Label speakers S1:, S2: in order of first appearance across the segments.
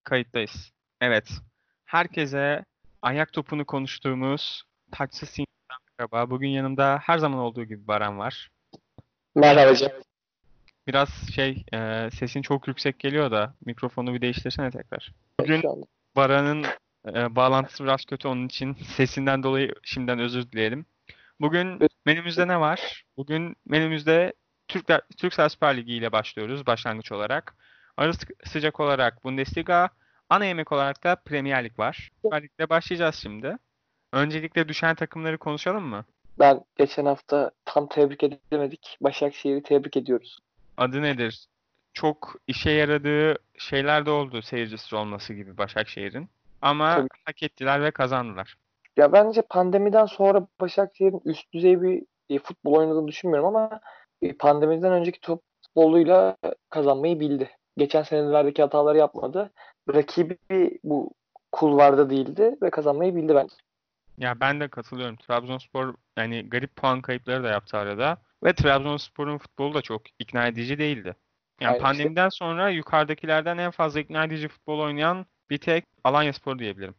S1: Kayıttayız. Evet. Herkese ayak topunu konuştuğumuz Taçsız Sinir'den merhaba. Bugün yanımda her zaman olduğu gibi Baran var.
S2: Merhaba hocam.
S1: Biraz sesin çok yüksek geliyor da mikrofonu bir değiştirsene tekrar. Bugün
S2: Şu anda.
S1: Baran'ın bağlantısı biraz kötü, onun için sesinden dolayı şimdiden özür dileyelim. Bugün menümüzde ne var? Bugün menümüzde Türksel Süper Ligi ile başlıyoruz başlangıç olarak. Ara sıcak olarak Bundesliga, ana yemek olarak da Premier Lig var. Süper Lig'de başlayacağız şimdi. Öncelikle düşen takımları konuşalım mı?
S2: Ben geçen hafta tam tebrik edemedik. Başakşehir'i tebrik ediyoruz.
S1: Adı nedir? Çok işe yaradığı şeyler de oldu, seyircisi olması gibi Başakşehir'in. Ama
S2: Tabii.
S1: hak ettiler ve kazandılar.
S2: Ya bence pandemiden sonra Başakşehir'in üst düzey bir futbol oynadığını düşünmüyorum ama pandemiden önceki top futboluyla kazanmayı bildi. Geçen senelerdeki hataları yapmadı. Rakibi bu kulvarda değildi ve kazanmayı bildi bence.
S1: Ya ben de katılıyorum. Trabzonspor yani garip puan kayıpları da yaptı arada. Ve Trabzonspor'un futbolu da çok ikna edici değildi. Yani
S2: Aynen işte
S1: pandemiden sonra yukarıdakilerden en fazla ikna edici futbol oynayan bir tek Alanyaspor diyebilirim.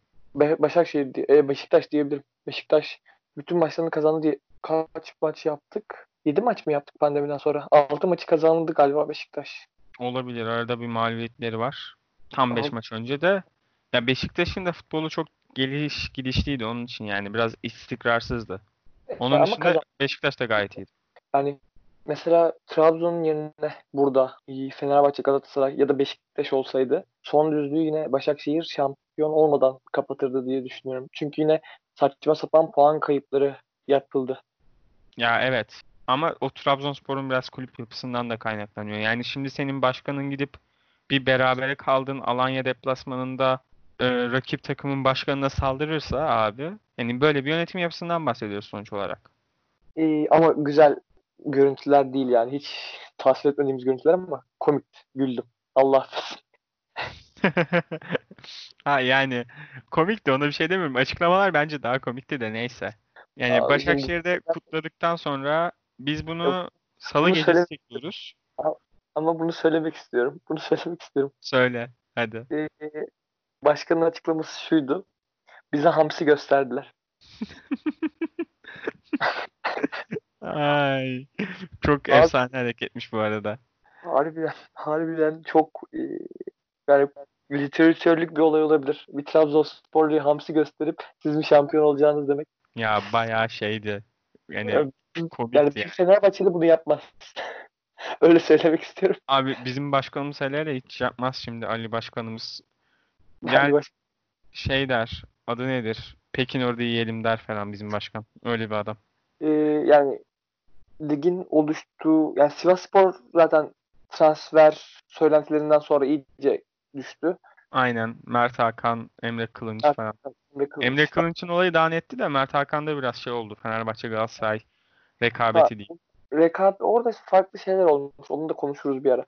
S2: Beşiktaş diyebilirim. Beşiktaş bütün maçlarını kazandı diye kaç maç yaptık? 7 maç mı yaptık pandemiden sonra? 6 maçı kazandı galiba Beşiktaş.
S1: Olabilir. Arada bir mağlubiyetleri var. Tam 5
S2: Aha,
S1: maç önce de. Ya Beşiktaş'ın da futbolu çok gidişliydi onun için, yani biraz istikrarsızdı. Onun
S2: ama
S1: dışında
S2: kazandı.
S1: Beşiktaş da gayet iyiydi.
S2: Yani mesela Trabzon'un yerine burada Fenerbahçe, Galatasaray ya da Beşiktaş olsaydı son düzlüğü yine Başakşehir şampiyon olmadan kapatırdı diye düşünüyorum. Çünkü yine saçma sapan puan kayıpları yapıldı.
S1: Ya evet. Ama o Trabzonspor'un biraz kulüp yapısından da kaynaklanıyor. Yani şimdi senin başkanın gidip bir berabere kaldığın Alanya deplasmanında rakip takımın başkanına saldırırsa abi, yani böyle bir yönetim yapısından bahsediyoruz sonuç olarak.
S2: Ama güzel görüntüler değil yani. Hiç tasvip etmediğimiz görüntüler ama komik. Güldüm. Allah affetsin.
S1: Ha yani komik de, ona bir şey demiyorum. Açıklamalar bence daha komikti de neyse. Yani
S2: Ağzım
S1: Başakşehir'de kutladıktan sonra biz
S2: Yok,
S1: bunu Salı
S2: bunu söyle
S1: gecesi çekiyoruz.
S2: ama bunu söylemek istiyorum. Bunu söylemek istiyorum.
S1: Söyle hadi.
S2: Ee, Başkanın açıklaması şuydu. Bize hamsi gösterdiler.
S1: Ay, çok
S2: Abi
S1: efsane hareketmiş bu arada.
S2: harbiden çok yani literatörlük bir olay olabilir. Bir Trabzonsporluyu hamsi gösterip siz mi şampiyon olacağınız demek.
S1: Ya bayağı şeydi. Yani
S2: Yani, yani
S1: komikti
S2: bir
S1: yani.
S2: Fenerbahçeli bunu yapmaz. Öyle söylemek istiyorum.
S1: Abi bizim başkanımız hele hele hiç yapmaz şimdi, Ali başkanımız.
S2: Yani
S1: Gel şey der. Adı nedir? Pekin orada yiyelim der falan bizim başkan. Öyle bir adam.
S2: yani ligin oluştuğu yani Sivasspor zaten transfer söylentilerinden sonra iyice düştü.
S1: Aynen. Mert Hakan, Emre Kılınç falan.
S2: Gerçekten Emre
S1: Emre
S2: Kılınç.
S1: Kılınç'ın olayı daha netti de Mert Hakan'da biraz şey oldu. Fenerbahçe Galatasaray
S2: Ha,
S1: rekabeti değil.
S2: rekabet orada farklı şeyler olmuş. Onu da konuşuruz bir ara.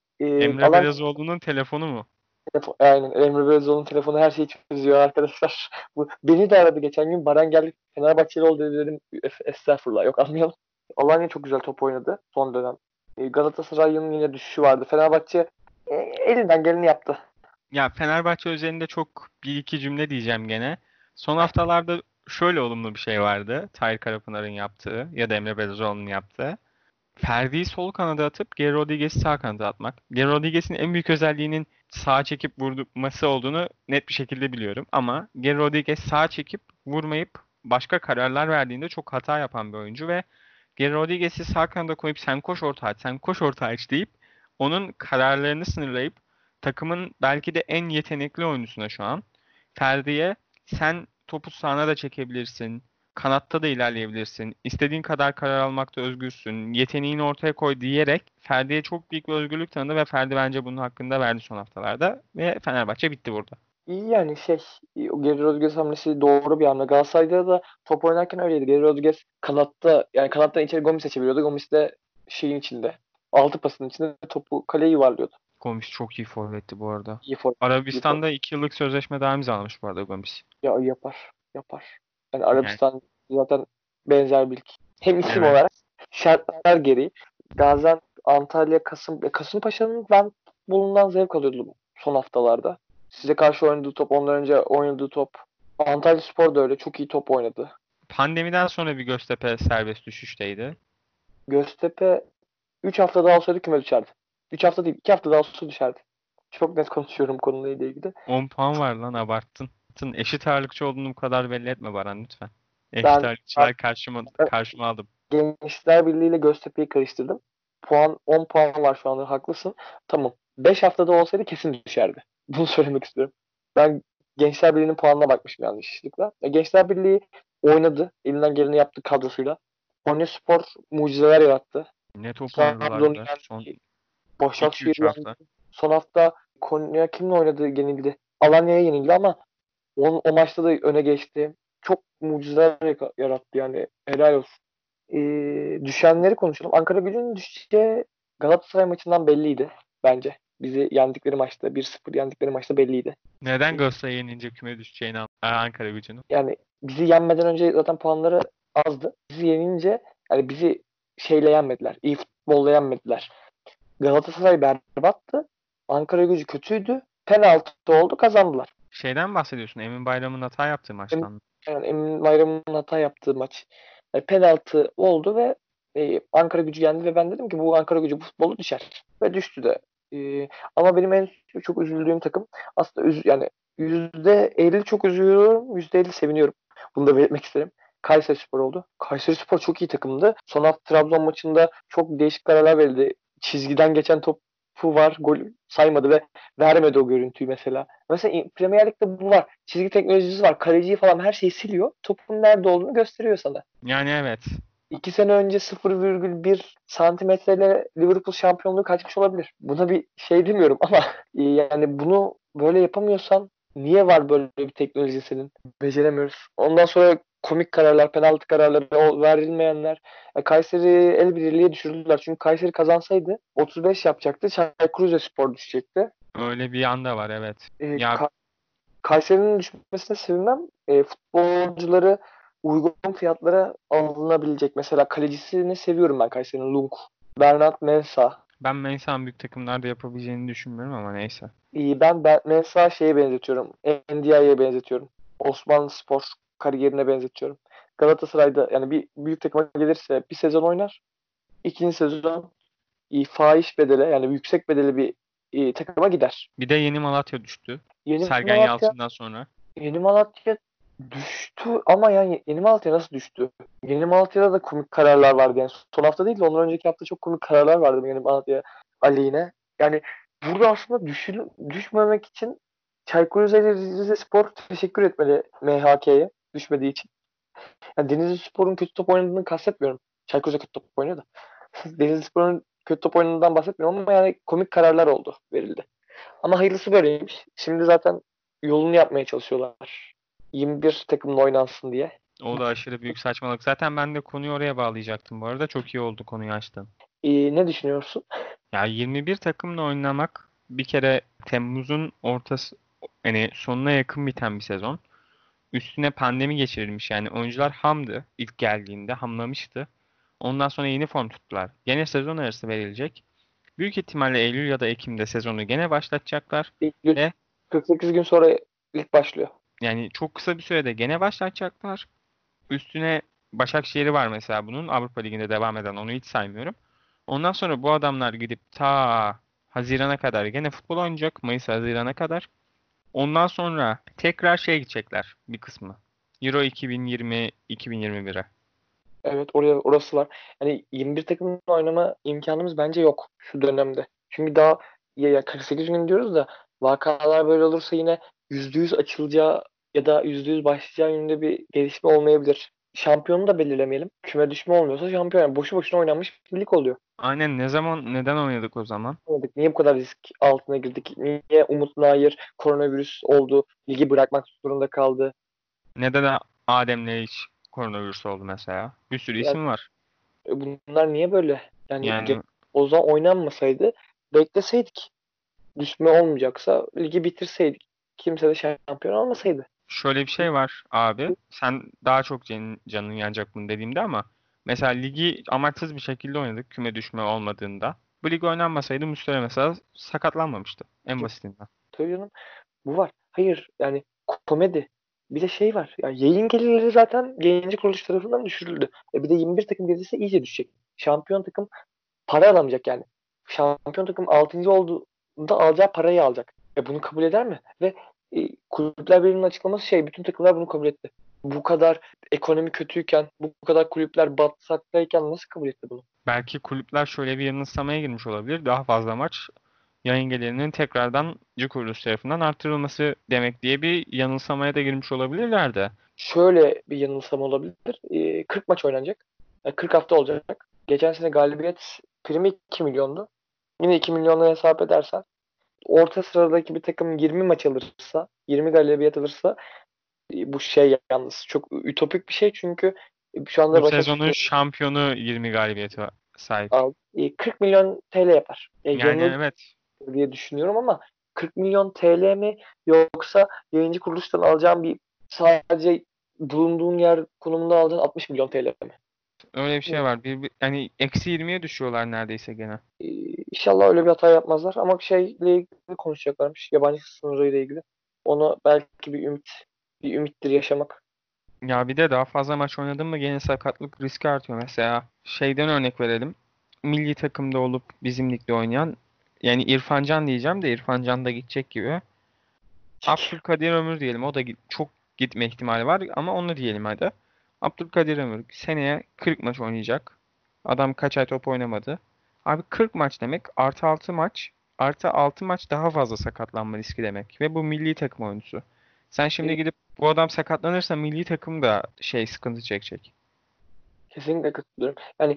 S1: Emre
S2: Alan
S1: Belezoğlu'nun telefonu mu?
S2: aynen Emre Belözoğlu'nun telefonu her şeyi çözüyor arkadaşlar. Beni de aradı geçen gün. Baran geldi Fenerbahçeli ol dedi dedim. Estağfurullah yok anlayalım. Alanya çok güzel top oynadı son dönem. Galatasaray'ın yine düşüşü vardı. Fenerbahçe elinden geleni yaptı.
S1: Ya Fenerbahçe üzerinde çok bir iki cümle diyeceğim gene. Son haftalarda şöyle olumlu bir şey vardı. Tahir Karapınar'ın yaptığı ya da Emre Belezoğlu'nun yaptığı. Ferdi'yi sol kanada atıp Geri Rodriguez'i sağ kanada atmak. Geri Rodriguez'in en büyük özelliğinin sağa çekip vurması olduğunu net bir şekilde biliyorum. Ama Geri Rodriguez sağa çekip vurmayıp başka kararlar verdiğinde çok hata yapan bir oyuncu ve Geri Rodriguez'i sağ kanada koyup sen koş orta aç, sen koş orta aç deyip onun kararlarını sınırlayıp takımın belki de en yetenekli oyuncusuna şu an Ferdi'ye sen topu sağına da çekebilirsin, kanatta da ilerleyebilirsin, istediğin kadar karar almakta özgürsün, yeteneğini ortaya koy diyerek Ferdi'ye çok büyük bir özgürlük tanıdı ve Ferdi bence bunun hakkında verdi son haftalarda ve Fenerbahçe bitti burada.
S2: İyi yani o Geri Rodriguez hamlesi doğru bir hamle. Galatasaray'da da top oynarken öyleydi. Geri Rodriguez kanatta yani kanattan içeri Gomis'e çeviriyordu. Gomis de şeyin içinde. Altı pasının içinde topu kaleye yuvarlıyordu.
S1: Gomis çok iyi forvetti bu arada.
S2: İyi form. İyi form.
S1: Arabistan'da 2 yıllık sözleşme daha imzalamış bu arada Gomis.
S2: Ya yapar. Yapar. Yani
S1: Yani
S2: Arabistan zaten benzer bir lig. Hem isim
S1: evet.
S2: olarak şartlar gereği Gaziantep, Antalya, Kasımpaşa'nın ben futbolundan zevk alıyordum son haftalarda. Size karşı oynadığı top, ondan önce oynadığı top. Antalyaspor da öyle. Çok iyi top oynadı.
S1: Pandemiden sonra bir Göztepe serbest düşüşteydi.
S2: Göztepe 3 hafta daha olsaydı küme düşerdi. 3 hafta değil, 2 hafta daha olsa düşerdi. Çok net konuşuyorum konuyla ilgili.
S1: 10 puan var lan, abarttın. Eşit ağırlıkçı olduğunu bu kadar belli etme Baran lütfen. Eşit
S2: Ben
S1: ağırlıkçılar karşıma aldım.
S2: Gençler Birliği ile Göztepe'yi karıştırdım. 10 puan var şu anda, haklısın. Tamam. 5 haftada olsaydı kesin düşerdi. Bunu söylemek istiyorum. Ben Gençler Birliği'nin puanına bakmışım yanlışlıkla. Gençler Birliği oynadı. Elinden geleni yaptı kadrosuyla. Konyaspor mucizeler yarattı.
S1: Ne top oynadılar
S2: Trabzon'u
S1: be son
S2: yendi.
S1: 2-3
S2: Başakşehir'i yendi.
S1: hafta.
S2: Son hafta Konya kimle oynadı, yenildi. Alanya'ya yenildi ama o maçta da öne geçti. Çok mucizeler yarattı yani. Helal olsun. Düşenleri konuşalım. Ankara Gücü'nün düşeceği Galatasaray maçından belliydi bence. Bizi yendikleri maçta, 1-0 yendikleri maçta belliydi.
S1: Neden Galatasaray'a yenince küme düşeceğini Ankara Gücü'nün?
S2: Yani bizi yenmeden önce zaten puanları azdı. Bizi yenince yani bizi şeyle yenmediler. İyi futbolla yenmediler. Galatasaray berbattı. Ankara Gücü kötüydü. Penaltı oldu, kazandılar.
S1: Şeyden bahsediyorsun. Emin Bayram'ın hata yaptığı
S2: Em-
S1: maçtan.
S2: Yani Emin Bayram'ın hata yaptığı maç. Penaltı oldu ve Ankara Gücü yendi ve ben dedim ki bu Ankara Gücü bu futbolu düşer. Ve düştü de. Ama benim en çok üzüldüğüm takım aslında yani %50 çok üzülüyorum, %50 seviniyorum. Bunu da belirtmek isterim. Kayserispor oldu. Kayserispor çok iyi takımdı. Son hafta Trabzon maçında çok değişik kararlar verildi. Çizgiden geçen topu var, gol saymadı ve vermedi o görüntüyü mesela. Mesela Premier Lig'de bu var. Çizgi teknolojisi var. Kaleciyi falan her şeyi siliyor. Topun nerede olduğunu gösteriyor sana.
S1: Yani evet.
S2: 2 sene önce 0,1 santimetreyle Liverpool şampiyonluğu kaçmış olabilir. Buna bir şey demiyorum ama yani bunu böyle yapamıyorsan niye var böyle bir teknoloji senin? Beceremiyoruz. Ondan sonra komik kararlar, penaltı kararları, o verilmeyenler. Kayseri el birliğiyle düşürdüler. Çünkü Kayseri kazansaydı 35 yapacaktı. Çaykur Rizespor düşecekti.
S1: Öyle bir anda var, evet.
S2: E,
S1: Ya
S2: Kayseri'nin düşmesine sevinmem. Futbolcuları uygun fiyatlara alınabilecek. Mesela kalecisini seviyorum ben Kayseri'nin. Lung. Bernat Mensah.
S1: ben Mensah'ın büyük takımlarda yapabileceğini düşünmüyorum ama neyse.
S2: Ben Mensah şeye benzetiyorum. Ndiaye'ye benzetiyorum. Osmanlıspor kariyerine benzetiyorum. Galatasaray'da yani bir büyük takıma gelirse bir sezon oynar. İkinci sezon fahiş bedele yani yüksek bedeli bir takıma gider.
S1: Bir de Yeni Malatya düştü.
S2: Yeni
S1: Sergen
S2: Malatya
S1: Yalçın'dan sonra.
S2: Yeni Malatya düştü ama yani Yeni Malatya nasıl düştü? Yeni Malatya'da da komik kararlar vardı. Yani son hafta değil de ondan önceki hafta çok komik kararlar vardı Yeni Malatya aleyhine. Yani burada aslında düşmemek için Çaykur Rizespor teşekkür etmeli MHK'ye düşmediği için. Yani Denizlispor'un kötü top oynadığını kastetmiyorum. Çaykur Rize kötü top oynuyor da. Denizlispor'un kötü top oynadığından bahsetmiyorum ama yani komik kararlar oldu, verildi. Ama hayırlısı böyleymiş. Şimdi zaten yolunu yapmaya çalışıyorlar. 21 takımla oynansın diye.
S1: O da aşırı büyük saçmalık. Zaten ben de konuyu oraya bağlayacaktım bu arada. Çok iyi oldu konuyu açtın.
S2: Ne düşünüyorsun?
S1: Ya 21 takımla oynamak bir kere Temmuz'un ortası, yani sonuna yakın biten bir sezon. Üstüne pandemi geçirilmiş, yani oyuncular hamdı ilk geldiğinde, hamlamıştı. Ondan sonra yeni form tuttular. Gene sezon arası verilecek. Büyük ihtimalle Eylül ya da Ekim'de sezonu gene başlatacaklar
S2: İlk
S1: ve
S2: 48 gün sonra lig başlıyor.
S1: yani çok kısa bir sürede gene başlatacaklar. Üstüne Başakşehir'i var mesela bunun. Avrupa Ligi'nde devam eden, onu hiç saymıyorum. Ondan sonra bu adamlar gidip ta Haziran'a kadar gene futbol oynayacak. Mayıs Haziran'a kadar. Ondan sonra tekrar şeye gidecekler bir kısmı. Euro 2020-2021'e.
S2: Evet, orası var. Yani 21 takımla oynama imkanımız bence yok şu dönemde. Çünkü daha ya 48 gün diyoruz da vakalar böyle olursa yine %100 açılacağı ya da %100 başlayacağı yönünde bir gelişme olmayabilir. Şampiyonu da belirlemeyelim. Küme düşme olmuyorsa şampiyon. Yani boşu boşuna oynanmış bir lig oluyor.
S1: Aynen, neden oynadık o zaman?
S2: Oynadık. Niye bu kadar risk altına girdik? Niye Umut Nayır koronavirüs oldu? Ligi bırakmak zorunda kaldı?
S1: Neden Adem'le hiç koronavirüs oldu mesela? Bir sürü
S2: Yani
S1: isim var.
S2: bunlar niye böyle? Yani
S1: Yani
S2: o zaman oynanmasaydı bekleseydik. Düşme olmayacaksa ligi bitirseydik. Kimse de şampiyon olmasaydı.
S1: şöyle bir şey var abi. Sen daha çok canın yanacak bunu dediğimde ama mesela ligi amaçsız bir şekilde oynadık küme düşme olmadığında. Bu lig oynanmasaydı Muslera mesela sakatlanmamıştı en basitinden.
S2: Tabii canım. Bu var. Hayır yani komedi. Bir de şey var. Ya yayın gelirleri zaten yayıncı kuruluş tarafından düşürüldü. Bir de 21 takım gelirse iyice düşecek. Şampiyon takım para alamayacak yani. Şampiyon takım 6. olduğunda alacağı parayı alacak. Bunu kabul eder mi? Ve Kulüpler Birliği'nin açıklaması şey, bütün takımlar bunu kabul etti. Bu kadar ekonomi kötüyken, bu kadar kulüpler batsaktayken nasıl kabul etti bunu?
S1: Belki kulüpler şöyle bir yanılsamaya girmiş olabilir. Daha fazla maç yayın gelirinin tekrardan kuruluş tarafından artırılması demek diye bir yanılsamaya da girmiş olabilirler de.
S2: Şöyle bir yanılsama olabilir. 40 maç oynanacak. 40 hafta olacak. Geçen sene galibiyet primi 2 milyondu. Yine 2 milyonla hesap edersen orta sıradaki bir takım 20 maç alırsa, 20 galibiyet alırsa bu şey yalnız çok ütopik bir şey çünkü şu
S1: Bu
S2: anda
S1: sezonun
S2: Başakşehir
S1: şampiyonu 20 galibiyete sahip.
S2: 40 milyon TL yapar.
S1: Yani
S2: Yanılır
S1: evet.
S2: diye düşünüyorum ama 40 milyon TL mi yoksa yayıncı kuruluştan alacağım bir sadece bulunduğun yer konumunda aldığın 60 milyon TL mi?
S1: Öyle bir şey
S2: Hı.
S1: var. Yani eksi 20'ye düşüyorlar neredeyse gene.
S2: Ee, İnşallah öyle bir hata yapmazlar ama şeyle ilgili konuşacaklarmış. Yabancı sınırıyla ilgili. Onu belki bir ümittir yaşamak.
S1: Ya bir de daha fazla maç oynadın mı gene sakatlık riski artıyor. Mesela şeyden örnek verelim. Milli takımda olup bizim ligde oynayan, yani İrfan Can diyeceğim de İrfan Can da gidecek gibi. Abdülkadir Ömür diyelim. O da çok gitme ihtimali var ama onu diyelim hadi. Abdülkadir Ömür seneye 40 maç oynayacak. Adam kaç ay top oynamadı. Abi 40 maç demek artı 6 maç. Artı 6 maç daha fazla sakatlanma riski demek. Ve bu milli takım oyuncusu. Sen şimdi
S2: Ee,
S1: gidip bu adam sakatlanırsa milli takım da sıkıntı çekecek.
S2: Kesinlikle katılıyorum. Yani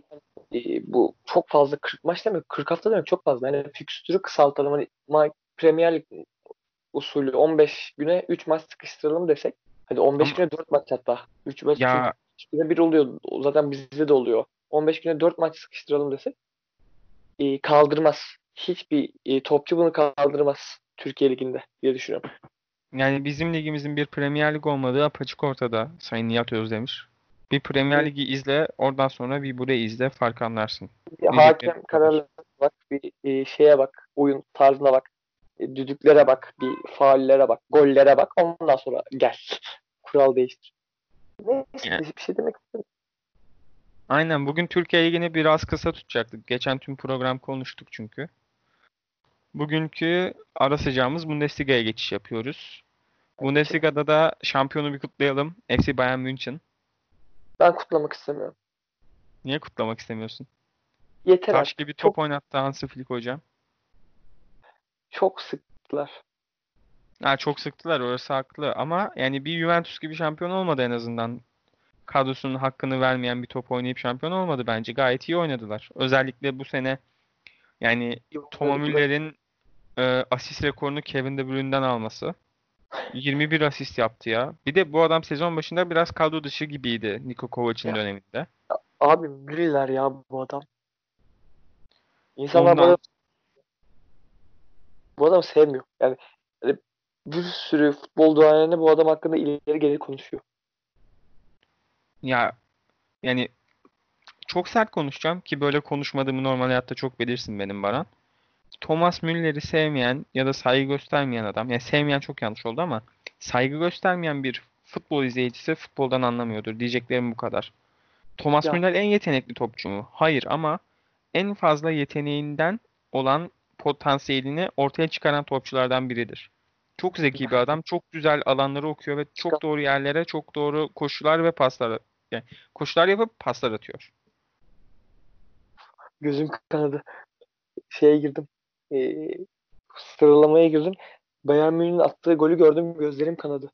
S2: bu çok fazla 40 maç demek, 40 hafta demek çok fazla. Yani fikstürü kısaltalım. Hani Premier Lig usulü 15 güne 3 maç sıkıştıralım desek. Hadi 15
S1: Ama
S2: güne 4 maç hatta. 3 maç çünkü
S1: ya
S2: 3 güne 1 oluyor. O zaten bizde de oluyor. 15 güne 4 maç sıkıştıralım desek kaldırmaz. Hiçbir topçu bunu kaldırmaz Türkiye Ligi'nde diye düşünüyorum.
S1: yani bizim ligimizin bir Premier Lig olmadığı apaçık ortada Sayın Nihat Özdemir. Bir Premier Ligi izle, oradan sonra bir burayı izle, fark anlarsın.
S2: Bir
S1: Diyeceklerim
S2: hakem
S1: bu kadar.
S2: kararlarına bak, bir şeye bak, oyun tarzına bak, düdüklere bak, bir faullere bak, gollere bak. Ondan sonra gel. Kural değiştir. Neyse
S1: Yani,
S2: bir şey demek istedim.
S1: aynen bugün Türkiye Ligi'ni biraz kısa tutacaktık. Geçen tüm program konuştuk çünkü. Bugünkü ara sıcağımız Bundesliga'ya geçiş yapıyoruz.
S2: Geçelim.
S1: Bundesliga'da da şampiyonu bir kutlayalım. FC Bayern München.
S2: Ben kutlamak istemiyorum.
S1: Niye kutlamak istemiyorsun?
S2: Yeter
S1: Taş
S2: artık.
S1: gibi top
S2: Çok
S1: oynattı Hansi Flick hocam.
S2: çok sıktılar.
S1: Ha, çok sıktılar, orası haklı ama yani bir Juventus gibi şampiyon olmadı en azından. Kadrosunun hakkını vermeyen bir top oynayıp şampiyon olmadı bence. Gayet iyi oynadılar. Özellikle bu sene yani Thomas Müller'in asist rekorunu Kevin De Bruyne'den alması. 21 asist yaptı ya. Bir de bu adam sezon başında biraz kadro dışı gibiydi Niko Kovac'ın
S2: Ya,
S1: döneminde.
S2: abi Müller ya bu adam. İnsanlar
S1: Ondan
S2: bu adamı sevmiyor. Yani bir sürü futbol duayeni bu adam hakkında ileri geri konuşuyor.
S1: ya yani çok sert konuşacağım ki böyle konuşmadığımı normal hayatta çok bilirsin benim Baran. Thomas Müller'i sevmeyen ya da saygı göstermeyen adam, yani sevmeyen çok yanlış oldu ama saygı göstermeyen bir futbol izleyicisi futboldan anlamıyordur. Diyeceklerim bu kadar. Thomas
S2: Ya,
S1: Müller en yetenekli topçu mu? Hayır ama en fazla yeteneğinden olan potansiyelini ortaya çıkaran topçulardan biridir. Çok zeki bir adam, çok güzel alanları okuyor ve
S2: çıkan
S1: çok doğru yerlere çok doğru koşular ve paslar, yani koşular yapıp paslar atıyor.
S2: gözüm kanadı. Şeye girdim. E, Sıralamaya girdim. Bayern Münih'in attığı golü gördüm. Gözlerim kanadı.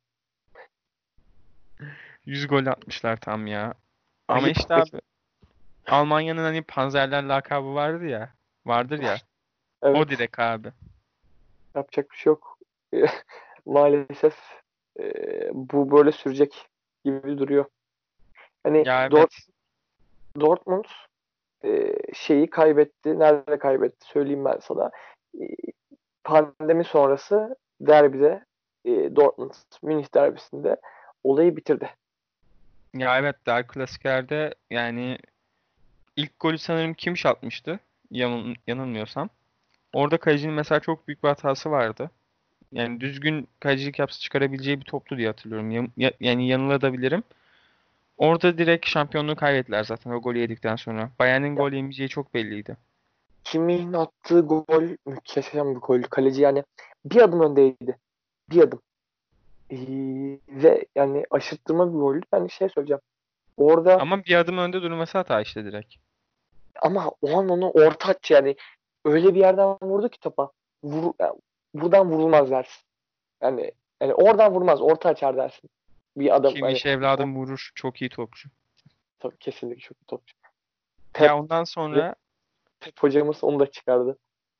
S1: 100 gol atmışlar tam ya. Ama
S2: Ayıp.
S1: işte abi Almanya'nın hani Panzerler lakabı vardı ya, vardır ya. O
S2: Evet.
S1: direkt abi.
S2: Yapacak bir şey yok. Maalesef bu böyle sürecek gibi duruyor. Hani
S1: Ya evet.
S2: Dortmund şeyi kaybetti. Nerede kaybetti? Söyleyeyim ben sana. E, Pandemi sonrası derbide Dortmund Münih derbisinde olayı bitirdi.
S1: Ya evet, Der Klasikler'de yani ilk golü sanırım kim atmıştı? Yanılmıyorsam. Orada kalecinin mesela çok büyük bir hatası vardı. Yani düzgün kalecilik yapsa çıkarabileceği bir toptu diye hatırlıyorum. Yani yanılabilirim. Orada direkt şampiyonluğu kaybettiler zaten o golü yedikten sonra. Bayern'in
S2: Ya
S1: gol yemeyeceği çok belliydi.
S2: Kimmih'in attığı gol muhteşem bir gol. Kaleci yani bir adım öndeydi. Bir adım. Ve yani aşırttırma bir goldü. Ben şey söyleyeceğim. Orada
S1: Ama bir adım önde durması hata işte direkt.
S2: ama o an onu orta aç yani öyle bir yerden vurdu ki topa. Yani buradan vurulmaz dersin. Yani oradan vurmaz. Orta açar dersin. Bir adam
S1: Kim
S2: hani
S1: iş evladım vurur. Çok iyi topçu.
S2: tabii kesinlikle çok iyi topçu. Pep,
S1: Ya ondan sonra
S2: Pep hocamız onu da çıkardı.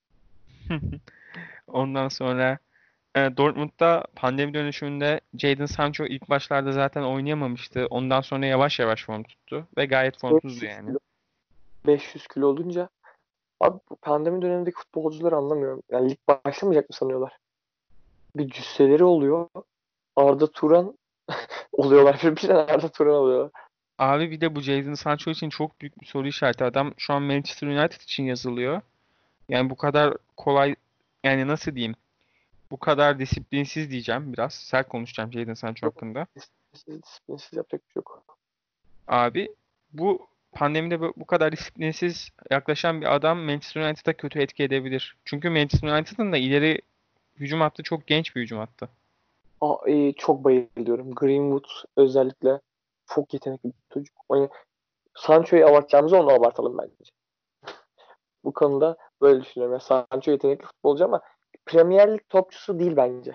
S1: ondan sonra Dortmund'da pandemi dönüşümünde Jadon Sancho ilk başlarda zaten oynayamamıştı. Ondan sonra yavaş yavaş form tuttu ve gayet formsuzdu
S2: 500
S1: yani.
S2: kilo, 500 kilo olunca abi bu pandemi dönemindeki futbolcuları anlamıyorum. Yani lig başlamayacak mı sanıyorlar? Bir cüsseleri oluyor. Arda Turan oluyorlar. Birden Arda Turan oluyorlar.
S1: Abi bir de bu Jadon Sancho için çok büyük bir soru işareti. Adam şu an Manchester United için yazılıyor. Yani bu kadar kolay, yani nasıl diyeyim? Bu kadar disiplinsiz diyeceğim biraz. Sert konuşacağım Jadon Sancho
S2: Yok,
S1: hakkında.
S2: disiplinsiz yapacak bir şey yok.
S1: Abi bu pandemide bu kadar disiplinsiz yaklaşan bir adam Manchester United'a kötü etki edebilir. Çünkü Manchester United'ın da ileri hücum hattı çok genç bir hücum hattı.
S2: Çok bayılıyorum. Greenwood özellikle çok yetenekli bir çocuk. Hani Sancho'yu abartacağımızı onu abartalım bence. Bu konuda böyle düşünüyorum. Yani Sancho yetenekli futbolcu ama Premier Lig topçusu değil bence.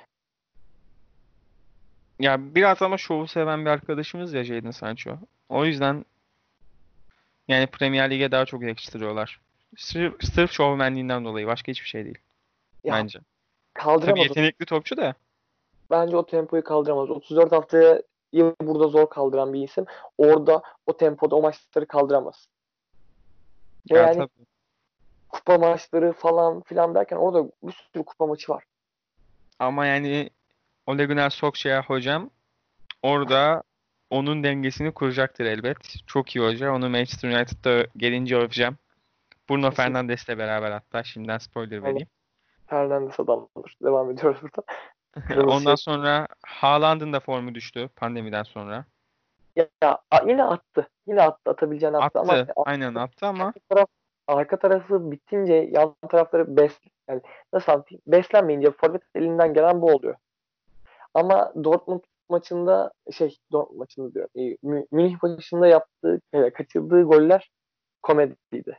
S1: Ya biraz ama şovu seven bir arkadaşımız ya Jadon Sancho. O yüzden yani Premier Lig'e daha çok yakıştırıyorlar. Sırf şovmenliğinden dolayı başka hiçbir şey değil
S2: Ya
S1: bence. Tabii
S2: kaldıramaz.
S1: yetenekli topçu da.
S2: Bence o tempoyu kaldıramaz. 34 haftaya burada zor kaldıran bir isim. Orada o tempoda o maçları kaldıramaz. Ve
S1: Ya
S2: yani
S1: tabii.
S2: kupa maçları falan filan derken orada bir sürü kupa maçı var.
S1: Ama yani Ole Gunnar Solskjaer hocam orada onun dengesini kuracaktır elbet. Çok iyi hoca. Onu Manchester United'da gelince öveceğim. Bruno
S2: Kesin.
S1: Fernandes'le beraber hatta şimdiden spoiler
S2: Aynen.
S1: vereyim.
S2: Fernandes adamdır. Devam ediyoruz burada. Kırmızı
S1: Ondan
S2: şey.
S1: sonra Haaland'ın da formu düştü pandemiden sonra.
S2: Yine attı. Yine attı. Atabileceğini attı ama
S1: Attı. Aynen attı ama
S2: arka taraf arka tarafı bitince yan tarafları yani nasıl anlatayım? Beslenmeyince forvet elinden gelen bu oluyor. Ama Dortmund maçında Dortmund maçında diyorum. Münih maçında kaçırdığı goller komediydi.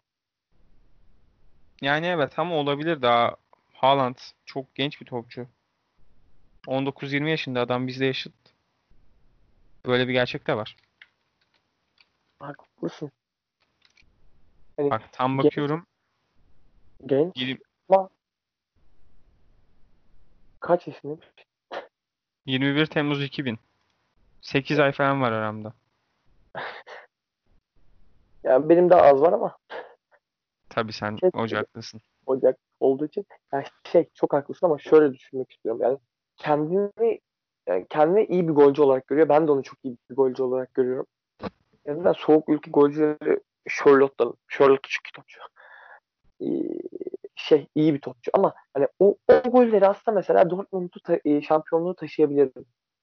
S1: yani evet ama olabilir daha. Haaland çok genç bir topçu. 19-20 yaşında adam bizle yaşıt. Böyle bir gerçek de var.
S2: Haklısın. Hani
S1: Bak tam
S2: genç,
S1: bakıyorum.
S2: genç ama kaç yaşında?
S1: 21 Temmuz 2000. 8 ay falan var aramda.
S2: Yani benim daha az var ama
S1: Tabii sen
S2: şey
S1: ocaklısın.
S2: Ocak olduğu için yani çok haklısın ama şöyle düşünmek istiyorum. Yani kendini iyi bir golcü olarak görüyor. Ben de onu çok iyi bir golcü olarak görüyorum. Yani ben soğuk ülke golcüleri Charlotte'u çok iyi topçu. Ee, iyi bir topçu ama hani o golleri aslında mesela şampiyonluğu taşıyabilirdi.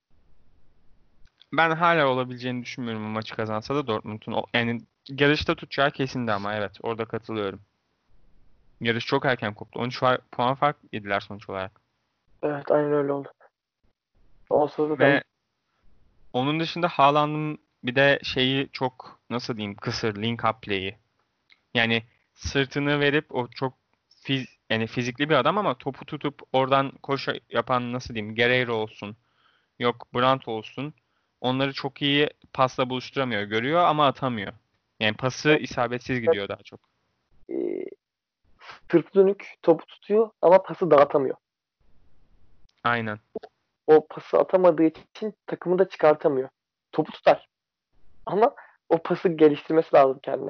S1: Ben hala olabileceğini düşünmüyorum o maçı kazansa da Dortmund'un. Yani yarışta tutacağı kesindi ama evet orada katılıyorum. Yarış çok erken koptu. 13 puan fark yediler sonuç olarak.
S2: Evet, aynen öyle oldu. O sırada zaten
S1: Ve onun dışında Haaland'ın bir de şeyi çok nasıl diyeyim kısır link up play'i. Yani sırtını verip o çok yani fizikli bir adam ama topu tutup oradan koşu yapan nasıl diyeyim Guerreiro olsun. Yok Brandt olsun. Onları çok iyi pasla buluşturamıyor. Görüyor ama atamıyor. Yani pası isabetsiz gidiyor daha çok.
S2: e, sırtı dönük topu tutuyor ama pası dağıtamıyor.
S1: Aynen.
S2: O pası atamadığı için takımı da çıkartamıyor. Topu tutar ama o pası geliştirmesi lazım kendine.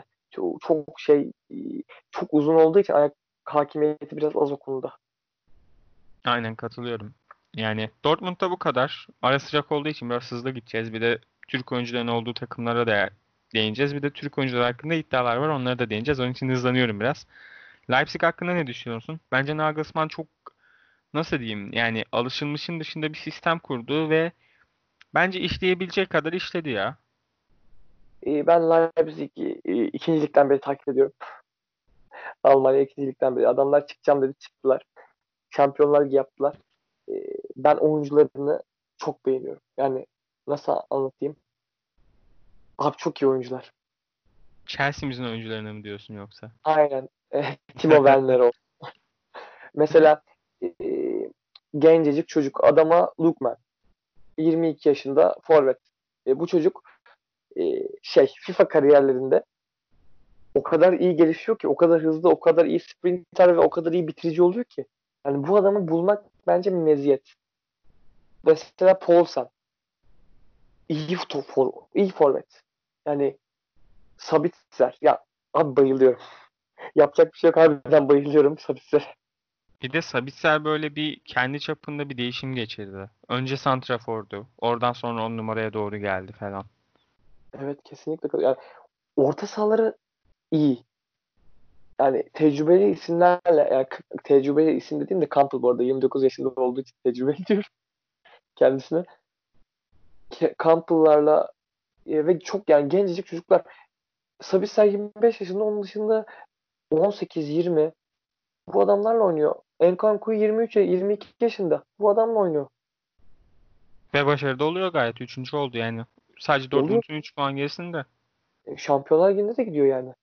S2: Çok uzun olduğu için ayak hakimiyeti biraz az o konuda.
S1: Aynen katılıyorum. Yani Dortmund'da bu kadar. Ara sıcak olduğu için biraz hızlı gideceğiz. Bir de Türk oyuncuların olduğu takımlara da değineceğiz. Bir de Türk oyuncular hakkında iddialar var. Onlara da değineceğiz. Onun için hızlanıyorum biraz. Leipzig hakkında ne düşünüyorsun? Bence Nagelsmann çok nasıl diyeyim, yani alışılmışın dışında bir sistem kurdu ve bence işleyebilecek kadar işledi ya.
S2: Ben Leipzig'i ikincilikten beri takip ediyorum. Almanya ikincilikten beri. Adamlar çıkacağım dedi çıktılar. Şampiyonlar Ligi yaptılar. E, Ben oyuncularını çok beğeniyorum. Yani nasıl anlatayım? Abi çok iyi oyuncular.
S1: Chelsea'mizin oyuncularına mı diyorsun yoksa?
S2: Aynen. Timo Werner o. Mesela e, gencecik çocuk. Adama Lookman. 22 yaşında forvet. Bu çocuk FIFA kariyerlerinde o kadar iyi gelişiyor ki, o kadar hızlı, o kadar iyi sprinter ve o kadar iyi bitirici oluyor ki. Yani bu adamı bulmak bence bir meziyet. Mesela Paulsen. İyi forvet. Yani Sabitzer. Ya abi bayılıyorum. Yapacak bir şey yok, harbiden bayılıyorum Sabitzer.
S1: Bir de Sabitzer böyle bir kendi çapında bir değişim geçirdi. Önce santrafordu. Oradan sonra 10 numaraya doğru geldi falan.
S2: Evet, kesinlikle. Yani orta sahaları iyi. Yani tecrübeli isimlerle, yani tecrübeli isim dediğim de Campbell bu arada 29 yaşında olduğu için tecrübeli diyorum kendisine. Campbell'larla ve çok yani gencecik çocuklar. Sabitzer 25 yaşında, onun dışında 18-20 bu adamlarla oynuyor. Enkanku 23 22 yaşında. Bu adamla oynuyor.
S1: Ve başarılı oluyor gayet. Üçüncü oldu yani. Sadece
S2: Oluyor.
S1: Dortmund'un 3 puan gerisinde.
S2: Şampiyonlar Ligi'nde de gidiyor yani.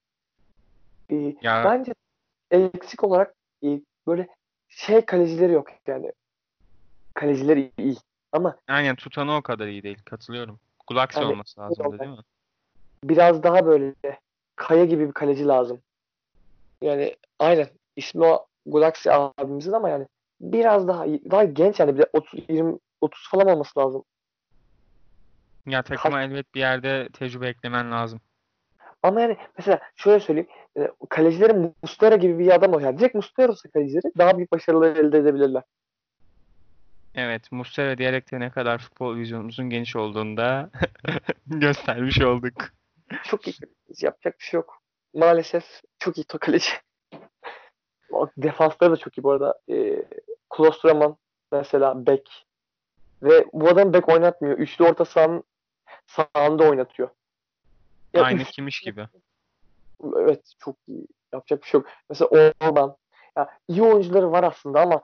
S1: Ya
S2: Bence eksik olarak böyle kalecileri yok yani. Kalecileri iyi. Ama
S1: aynen, tutanı o kadar iyi değil. Katılıyorum. Gulaksi
S2: yani
S1: olması lazımdı değil mi?
S2: biraz daha böyle Kaya gibi bir kaleci lazım. Yani aynen ismi o Gulaksi abimizin ama yani biraz daha iyi, daha genç yani bir de 30 20 30 falan olması lazım.
S1: Ya
S2: Kaç
S1: takıma elbet bir yerde tecrübe eklemen lazım.
S2: Ama yani mesela şöyle söyleyeyim. Kalecilerin Muslera gibi bir adam o. Yani direkt Muslera olsa kalecileri daha büyük başarılar elde edebilirler.
S1: Evet, Muslera diyerek de ne kadar futbol vizyonumuzun geniş olduğunu da göstermiş olduk.
S2: Çok iyi kaleci. Yapacak bir şey yok. Maalesef çok iyi kaleci. O defansları da çok iyi bu arada. Klosterman mesela bek. Ve bu adam bek oynatmıyor. Üçlü orta sahanın sağında oynatıyor. Ya
S1: Aynı
S2: üst
S1: Kimiş gibi.
S2: evet çok iyi. Yapacak bir şey yok. Mesela Orban. Ya, iyi oyuncuları var aslında ama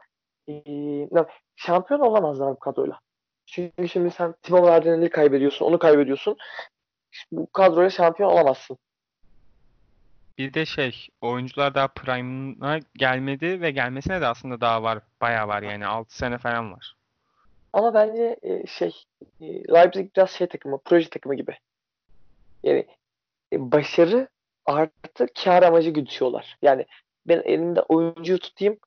S2: şampiyon olamazlar bu kadroyla. Çünkü şimdi sen Timo Werner'i kaybediyorsun, onu kaybediyorsun. Bu kadroyla şampiyon olamazsın.
S1: Bir de oyuncular daha prime'ına gelmedi ve gelmesine de aslında daha var. Bayağı var yani 6 sene falan var.
S2: Ama bence Leipzig biraz takımı, proje takımı gibi. Yani başarı artı kar amacı güdüyorlar. Yani ben elimde oyuncuyu tutayım,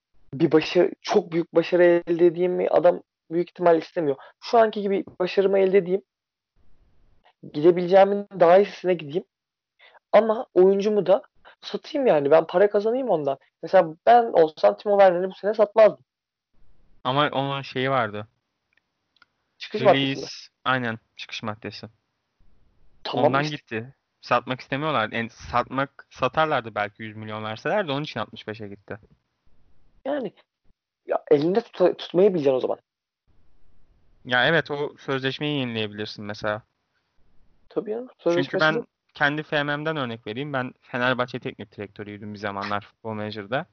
S2: çok büyük başarı elde edeyim mi adam büyük ihtimal istemiyor. Şu anki gibi başarımı elde edeyim, gidebileceğimin daha iyisine gideyim ama oyuncumu da satayım yani ben para kazanayım ondan. Mesela ben olsam Timo Werner'i bu sene satmazdım.
S1: Ama onun şeyi vardı.
S2: Çıkış maddesi mi?
S1: Release, aynen, çıkış maddesi.
S2: Tamam
S1: Ondan
S2: işte.
S1: gitti. Satmak istemiyorlar. Yani satarlardı belki 100 milyon verseler de onun için 65'e gitti.
S2: Yani ya elinde tutmayı bileceksin o zaman.
S1: Ya evet, o sözleşmeyi yenileyebilirsin mesela.
S2: Tabii ya.
S1: Çünkü
S2: Sözleşmesi
S1: ben
S2: yok.
S1: kendi FM'den örnek vereyim. Ben Fenerbahçe teknik direktörüydüm bir zamanlar Futbol Manager'da.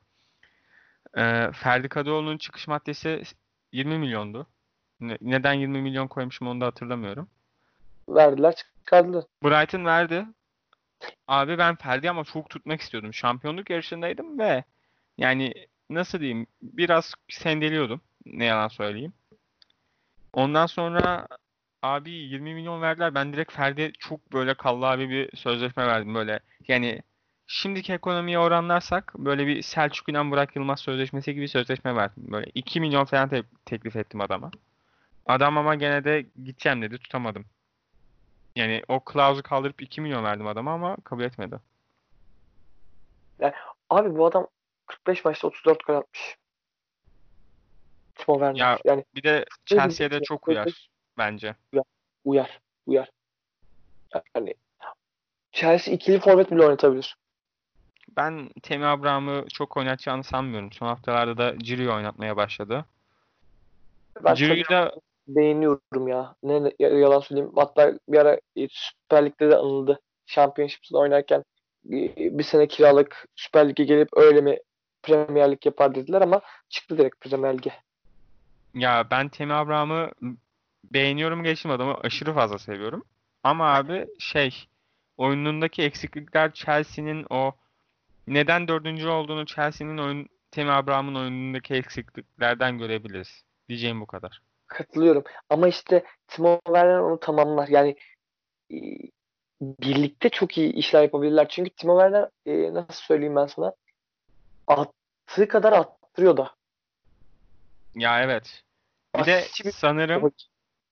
S1: Ferdi Kadıoğlu'nun çıkış maddesi 20 milyondu. Neden 20 milyon koymuşum onu da hatırlamıyorum.
S2: Verdiler çıkardılar.
S1: Brighton verdi. Abi ben Ferdi ama çok tutmak istiyordum. Şampiyonluk yarışındaydım ve yani nasıl diyeyim, biraz sendeliyordum. Ne yalan söyleyeyim. Ondan sonra abi 20 milyon verdiler. Ben direkt Ferdi'ye çok böyle kallavi bir sözleşme verdim böyle. Yani şimdiki ekonomiye oranlarsak böyle bir Selçuk İnan Burak Yılmaz sözleşmesi gibi sözleşme verdim. Böyle 2 milyon falan teklif ettim adama. Adam ama gene de gideceğim dedi, tutamadım. Yani o klauzu kaldırıp 2 milyon verdim adama ama kabul etmedi.
S2: Yani abi bu adam 45 maçta 34 gol atmış. Timo Werner.
S1: Ya
S2: Yani
S1: bir de
S2: ne diyeceksin?
S1: Chelsea'ye de çok uyar bence.
S2: Uyar. Uyar. Uyar. Yani Chelsea ikili forvet bile oynatabilir.
S1: Ben Temi Abraham'ı çok oynatacağını sanmıyorum. Son haftalarda da Ciro'yu oynatmaya başladı.
S2: Ben
S1: Ciro'yu
S2: Temi
S1: da
S2: beğeniyorum ya. Yalan söyleyeyim. Hatta bir ara Süper Lig'de de anıldı. Championship'te oynarken bir sene kiralık Süper Lig'e gelip öyle mi Premier Lig yapar dediler ama çıktı direkt Premier Lig'e.
S1: ya ben Temi Abraham'ı beğeniyorum, geçtim, adamı aşırı fazla seviyorum. Ama abi oyunundaki eksiklikler Chelsea'nin o neden dördüncü olduğunu Chelsea'nin Temi Abraham'ın oyunundaki eksikliklerden görebiliriz. Diyeceğim bu kadar.
S2: Katılıyorum. Ama işte Timo Werner onu tamamlar. Yani e, birlikte çok iyi işler yapabilirler. Çünkü Timo Werner nasıl söyleyeyim ben sana? Attığı kadar attırıyor da.
S1: Ya evet. Bir de
S2: Asistçi bir
S1: sanırım
S2: oyuncu.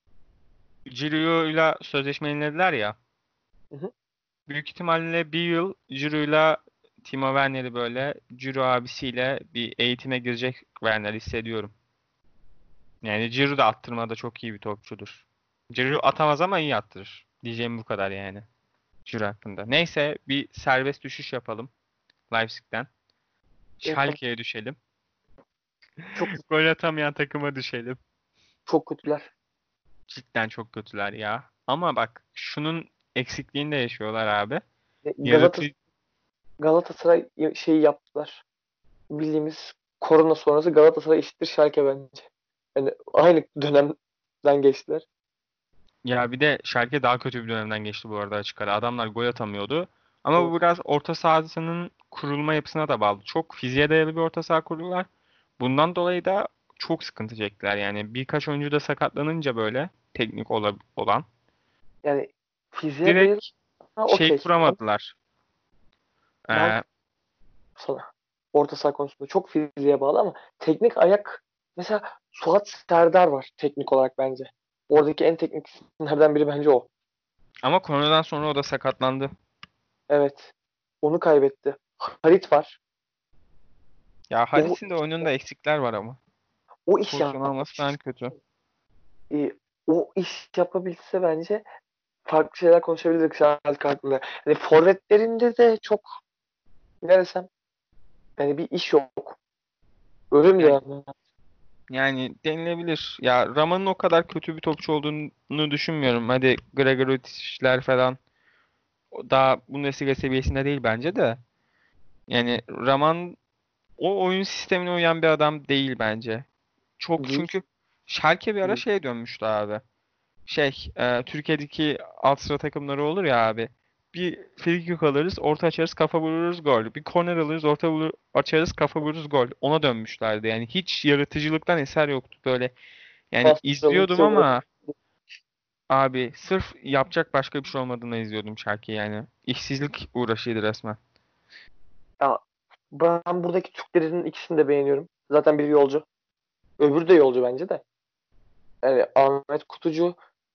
S1: Giroud'uyla sözleşme yenilediler ya.
S2: Hı hı.
S1: Büyük ihtimalle bir yıl Giroud'uyla Timo Werner'i böyle Giroud abisiyle bir eğitime girecek Werner hissediyorum. Yani Giroud da attırmada çok iyi bir topçudur. Giroud atamaz ama iyi attırır. Diyeceğim bu kadar yani Giroud hakkında. Neyse, bir serbest düşüş yapalım Leipzig'ten.
S2: Yapalım.
S1: Schalke'ye düşelim.
S2: Çok
S1: Gol atamayan takıma düşelim.
S2: çok kötüler.
S1: Cidden çok kötüler ya. Ama bak şunun eksikliğini de yaşıyorlar abi.
S2: Galatasaray,
S1: Yaratıcı
S2: Galatasaray şeyi yaptılar. Bildiğimiz korona sonrası Galatasaray eşittir Schalke bence. Yani aynı dönemden geçtiler.
S1: ya bir de Schalke daha kötü bir dönemden geçti bu arada, açık ara. Adamlar gol atamıyordu. Ama bu
S2: Evet.
S1: biraz orta sahasının kurulma yapısına da bağlı. Çok fiziğe dayalı bir orta saha kurdular. Bundan dolayı da çok sıkıntı çektiler. Yani birkaç oyuncu da sakatlanınca böyle teknik olan
S2: Yani fiziğe dayalı
S1: direkt
S2: okey. Ama
S1: kuramadılar.
S2: ben
S1: Ee,
S2: sana orta saha konusunda çok fiziğe bağlı ama teknik ayak mesela Suat Serdar var teknik olarak bence. Oradaki en teknik isimlerden biri bence o.
S1: ama koronadan sonra o da sakatlandı.
S2: Evet. Onu kaybetti. Harit var.
S1: Ya
S2: O
S1: Halis'in de oyununda eksikler var ama.
S2: o iş
S1: Pozisyon alması
S2: yapmış.
S1: falan kötü.
S2: O iş yapabilse bence farklı şeyler konuşabilirdik Şahit hakkında. Hani forvetlerinde de çok ne desem yani bir iş yok. Öyle mi
S1: Yani,
S2: diyeyim?
S1: yani denilebilir. Ya Raman'ın o kadar kötü bir topçu olduğunu düşünmüyorum. Hadi Gregoritişler falan daha Bundesliga seviyesinde değil bence de. Yani Raman o oyun sistemine uyan bir adam değil bence. Çok,
S2: Değil.
S1: çünkü Schalke bir ara
S2: Değil.
S1: şeye dönmüştü abi. Türkiye'deki alt sıra takımları olur ya abi. Bir frikik alırız, orta açarız, kafa vururuz, gol. Bir korner alırız, açarız, kafa vururuz, gol. Ona dönmüşlerdi. Yani hiç yaratıcılıktan eser yoktu böyle. Yani
S2: Pasörümüz
S1: izliyordum
S2: yok.
S1: ama abi sırf yapacak başka bir şey olmadığını izliyordum Schalke'yi yani. İşsizlik uğraşıydı resmen.
S2: Ya, ben buradaki Türklerin ikisini de beğeniyorum. Zaten biri yolcu. Öbürü de yolcu bence de. Yani Ahmet Kutucu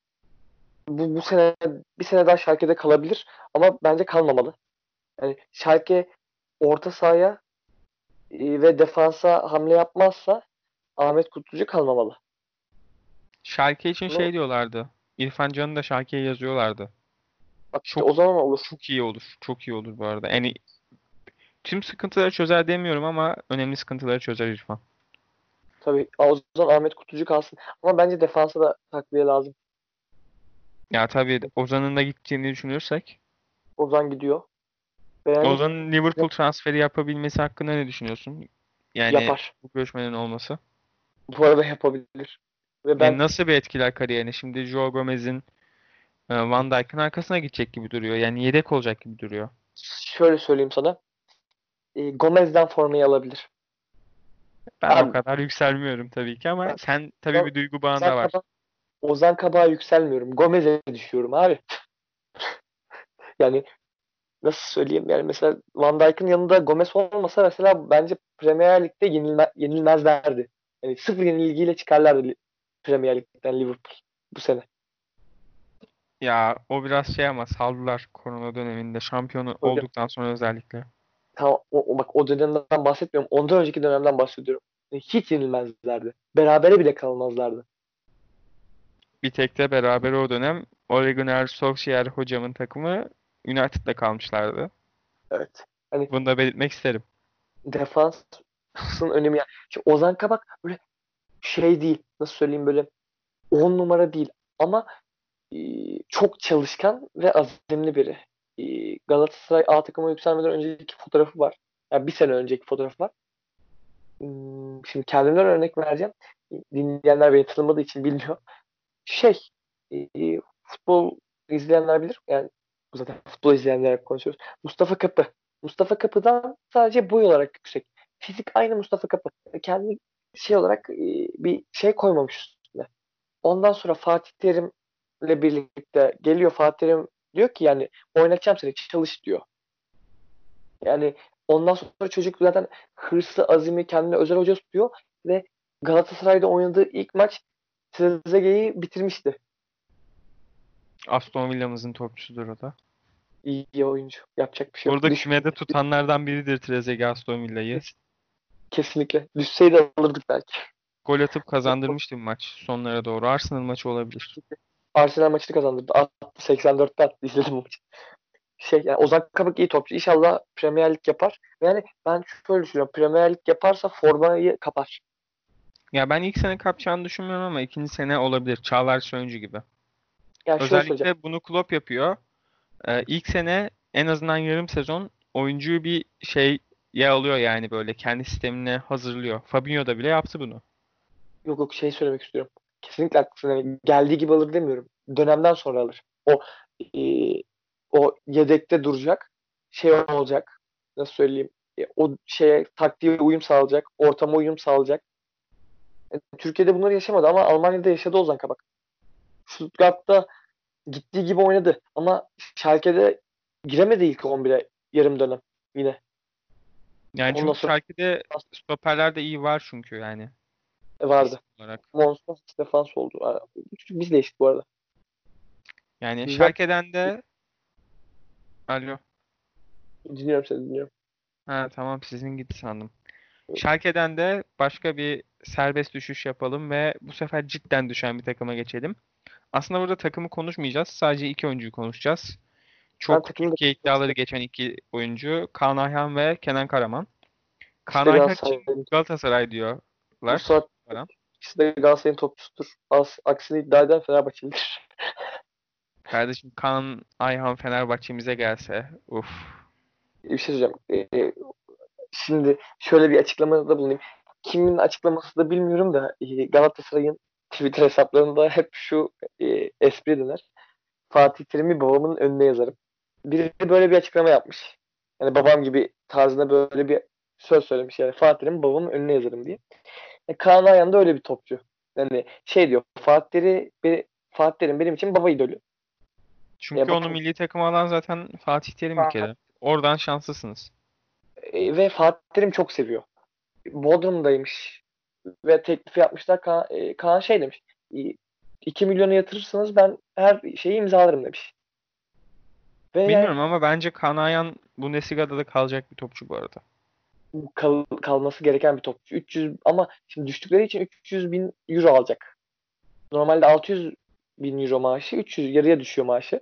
S2: bu sene bir sene daha Schalke'de kalabilir ama bence kalmamalı. Yani Schalke orta sahaya ve defansa hamle yapmazsa Ahmet Kutucu kalmamalı.
S1: Schalke için
S2: Bunu
S1: şey diyorlardı. İrfan Can'ı da Schalke'ye yazıyorlardı.
S2: bak işte
S1: Çok
S2: o zaman olur.
S1: çok iyi olur. Çok iyi olur bu arada. Yani tüm sıkıntıları çözer demiyorum ama önemli sıkıntıları çözer İrfan.
S2: Tabii o zaman Ahmet Kutucu kalsın. Ama bence defansa da takviye lazım.
S1: Ya tabii Ozan'ın da gittiğini düşünürsek.
S2: Ozan gidiyor. Ve yani
S1: Ozan'ın Liverpool transferi yapabilmesi hakkında ne düşünüyorsun? Yani
S2: yapar.
S1: bu görüşmenin olması.
S2: Bu arada yapabilir. Ve
S1: Yani
S2: ben
S1: nasıl bir etkiler kariyerini? Şimdi Joe Gomez'in Van Dijk'ın arkasına gidecek gibi duruyor. Yani yedek olacak gibi duruyor.
S2: şöyle söyleyeyim sana. Gomez'den formayı alabilir.
S1: Ben o
S2: Abi
S1: kadar yükselmiyorum tabii ki ama
S2: ben
S1: sen tabii
S2: Ozan,
S1: bir duygu
S2: Ozan
S1: bağında var.
S2: Kabak, Ozan Kabak'a yükselmiyorum. Gomez'e düşüyorum abi. Yani nasıl söyleyeyim? Yani mesela Van Dijk'ın yanında Gomez olmasa mesela bence Premier Lig'de yenilmezlerdi. Yani sıfır yenilgiyle çıkarlardı Premier Lig'den Liverpool bu sene.
S1: Ya o biraz şey ama saldılar korona döneminde şampiyonu
S2: Hocam,
S1: olduktan sonra özellikle.
S2: tamam, bak o dönemden bahsetmiyorum. Ondan önceki dönemden bahsediyorum. Yani hiç yenilmezlerdi. Berabere bile kalmazlardı.
S1: Bir tek de beraber o dönem Ole Gunnar Solskjaer hocamın takımı United'da kalmışlardı.
S2: Evet. Hani
S1: Bunu da belirtmek isterim.
S2: defansın önemi yani. Şimdi Ozan Kabak böyle şey değil. Nasıl söyleyeyim, böyle 10 numara değil. Ama e, çok çalışkan ve azimli biri. Galatasaray A takıma yükselmeden önceki fotoğrafı var. Yani bir sene önceki fotoğrafı var. Şimdi kendimden örnek vereceğim. Dinleyenler beni tanımadığı için bilmiyor. Şey, futbol izleyenler bilir. Yani zaten futbol izleyenler konuşuyoruz. Mustafa Kapı. Mustafa Kapı'dan sadece boy olarak yüksek. Fizik aynı Mustafa Kapı. Kendi şey olarak bir şey koymamış üstüne. Ondan sonra Fatih Terim'le birlikte geliyor. Fatih Terim diyor ki yani oynatacağım seni, çalış diyor. Yani ondan sonra çocuk zaten hırsı, azimi, kendine özel hoca tutuyor ve Galatasaray'da oynadığı ilk maç Trezeguet'i bitirmişti.
S1: Aston Villa'mızın topçusudur o da.
S2: İyi oyuncu. Yapacak bir şey yok.
S1: Burada kümede tutanlardan biridir Trezeguet Aston Villa'yı.
S2: Kesinlikle. Düşseydi alırdık belki.
S1: Gol atıp kazandırmıştı maç sonlara doğru. Arsenal maçı olabilir.
S2: Arsenal maçını kazandırdı. Attı, 84'te attı. İzledim maçı. Yani Ozan Kabak iyi topçu. İnşallah Premier Lig yapar. Yani ben şöyle düşünüyorum. Premier Lig yaparsa formayı kapar.
S1: Ya ben ilk sene kapacağını düşünmüyorum ama ikinci sene olabilir. Çağlar Söyüncü gibi.
S2: Yani şöyle söyleyeceğim.
S1: Özellikle bunu Klopp yapıyor. İlk sene en azından yarım sezon oyuncuyu bir şeye alıyor yani böyle kendi sistemine hazırlıyor. Fabinho da bile yaptı bunu.
S2: Yok yok, şey söylemek istiyorum. Kesinlikle haklısın. Yani geldiği gibi alır demiyorum. Dönemden sonra alır. E, o yedekte duracak. Şey olacak. Nasıl söyleyeyim? O şeye, taktiğe uyum sağlayacak. Ortama uyum sağlayacak. Türkiye'de bunları yaşamadı ama Almanya'da yaşadı Ozan Kabak. Stuttgart'ta gittiği gibi oynadı. Ama Schalke'de giremedi ilk 11'e yarım dönem yine.
S1: Yani
S2: Ondan
S1: çünkü
S2: sonra
S1: Schalke'de stoperler de iyi var çünkü yani
S2: vardı.
S1: isim olarak.
S2: Monson defans oldu. Biz değiştik bu arada.
S1: Yani
S2: Bizden
S1: Schalke'den de alo.
S2: dinliyorum, seni dinliyorum.
S1: Ha tamam sizin gitti sandım. Schalke'den de başka bir serbest düşüş yapalım ve bu sefer cidden düşen bir takıma geçelim. Aslında burada takımı konuşmayacağız. Sadece iki oyuncuyu konuşacağız.
S2: Ben
S1: Çok
S2: takımı da
S1: Türkiye
S2: konuşmak
S1: iddiaları
S2: istedim.
S1: geçen iki oyuncu Kaan Ayhan ve Kenan Karaman. Kaan
S2: İşte
S1: Ayhan için
S2: Galatasaray'ın
S1: Galatasaray
S2: Musa
S1: diyorlar. Baran.
S2: ikisi de Galatasaray'ın topçusudur. Aksini iddia eden Fenerbahçelidir.
S1: Kardeşim Kaan Ayhan Fenerbahçe'mize gelse. Uf.
S2: Bir şey söyleyeceğim. Şimdi şöyle bir açıklamada bulunayım. Kimin açıklaması da bilmiyorum da Galatasaray'ın Twitter hesaplarında hep şu espri döner. Fatih Terim'i babamın önüne yazarım. Biri böyle bir açıklama yapmış. Yani babam gibi tarzında böyle bir söz söylemiş, yani Fatih Terim'i babamın önüne yazarım diye. Kaan Ayhan da öyle bir topçu. Yani şey diyor, Fatih Terim benim için baba idolü.
S1: Çünkü onu
S2: Bakın,
S1: milli takıma alan zaten Fatih Terim bir kere. Oradan şanslısınız.
S2: ve Fatih Terim çok seviyor. Bodrum'daymış ve teklifi yapmışlar. Kaan şey demiş. e, 2 milyonu yatırırsanız ben her şeyi imzalarım demiş. Ve yani
S1: Bilmiyorum ama bence Kaan Ayhan Bundesliga'da da kalacak bir topçu bu arada.
S2: kalması gereken bir topçu. 300, ama şimdi düştükleri için 300 bin euro alacak. Normalde 600 bin euro maaşı, 300 yarıya düşüyor maaşı.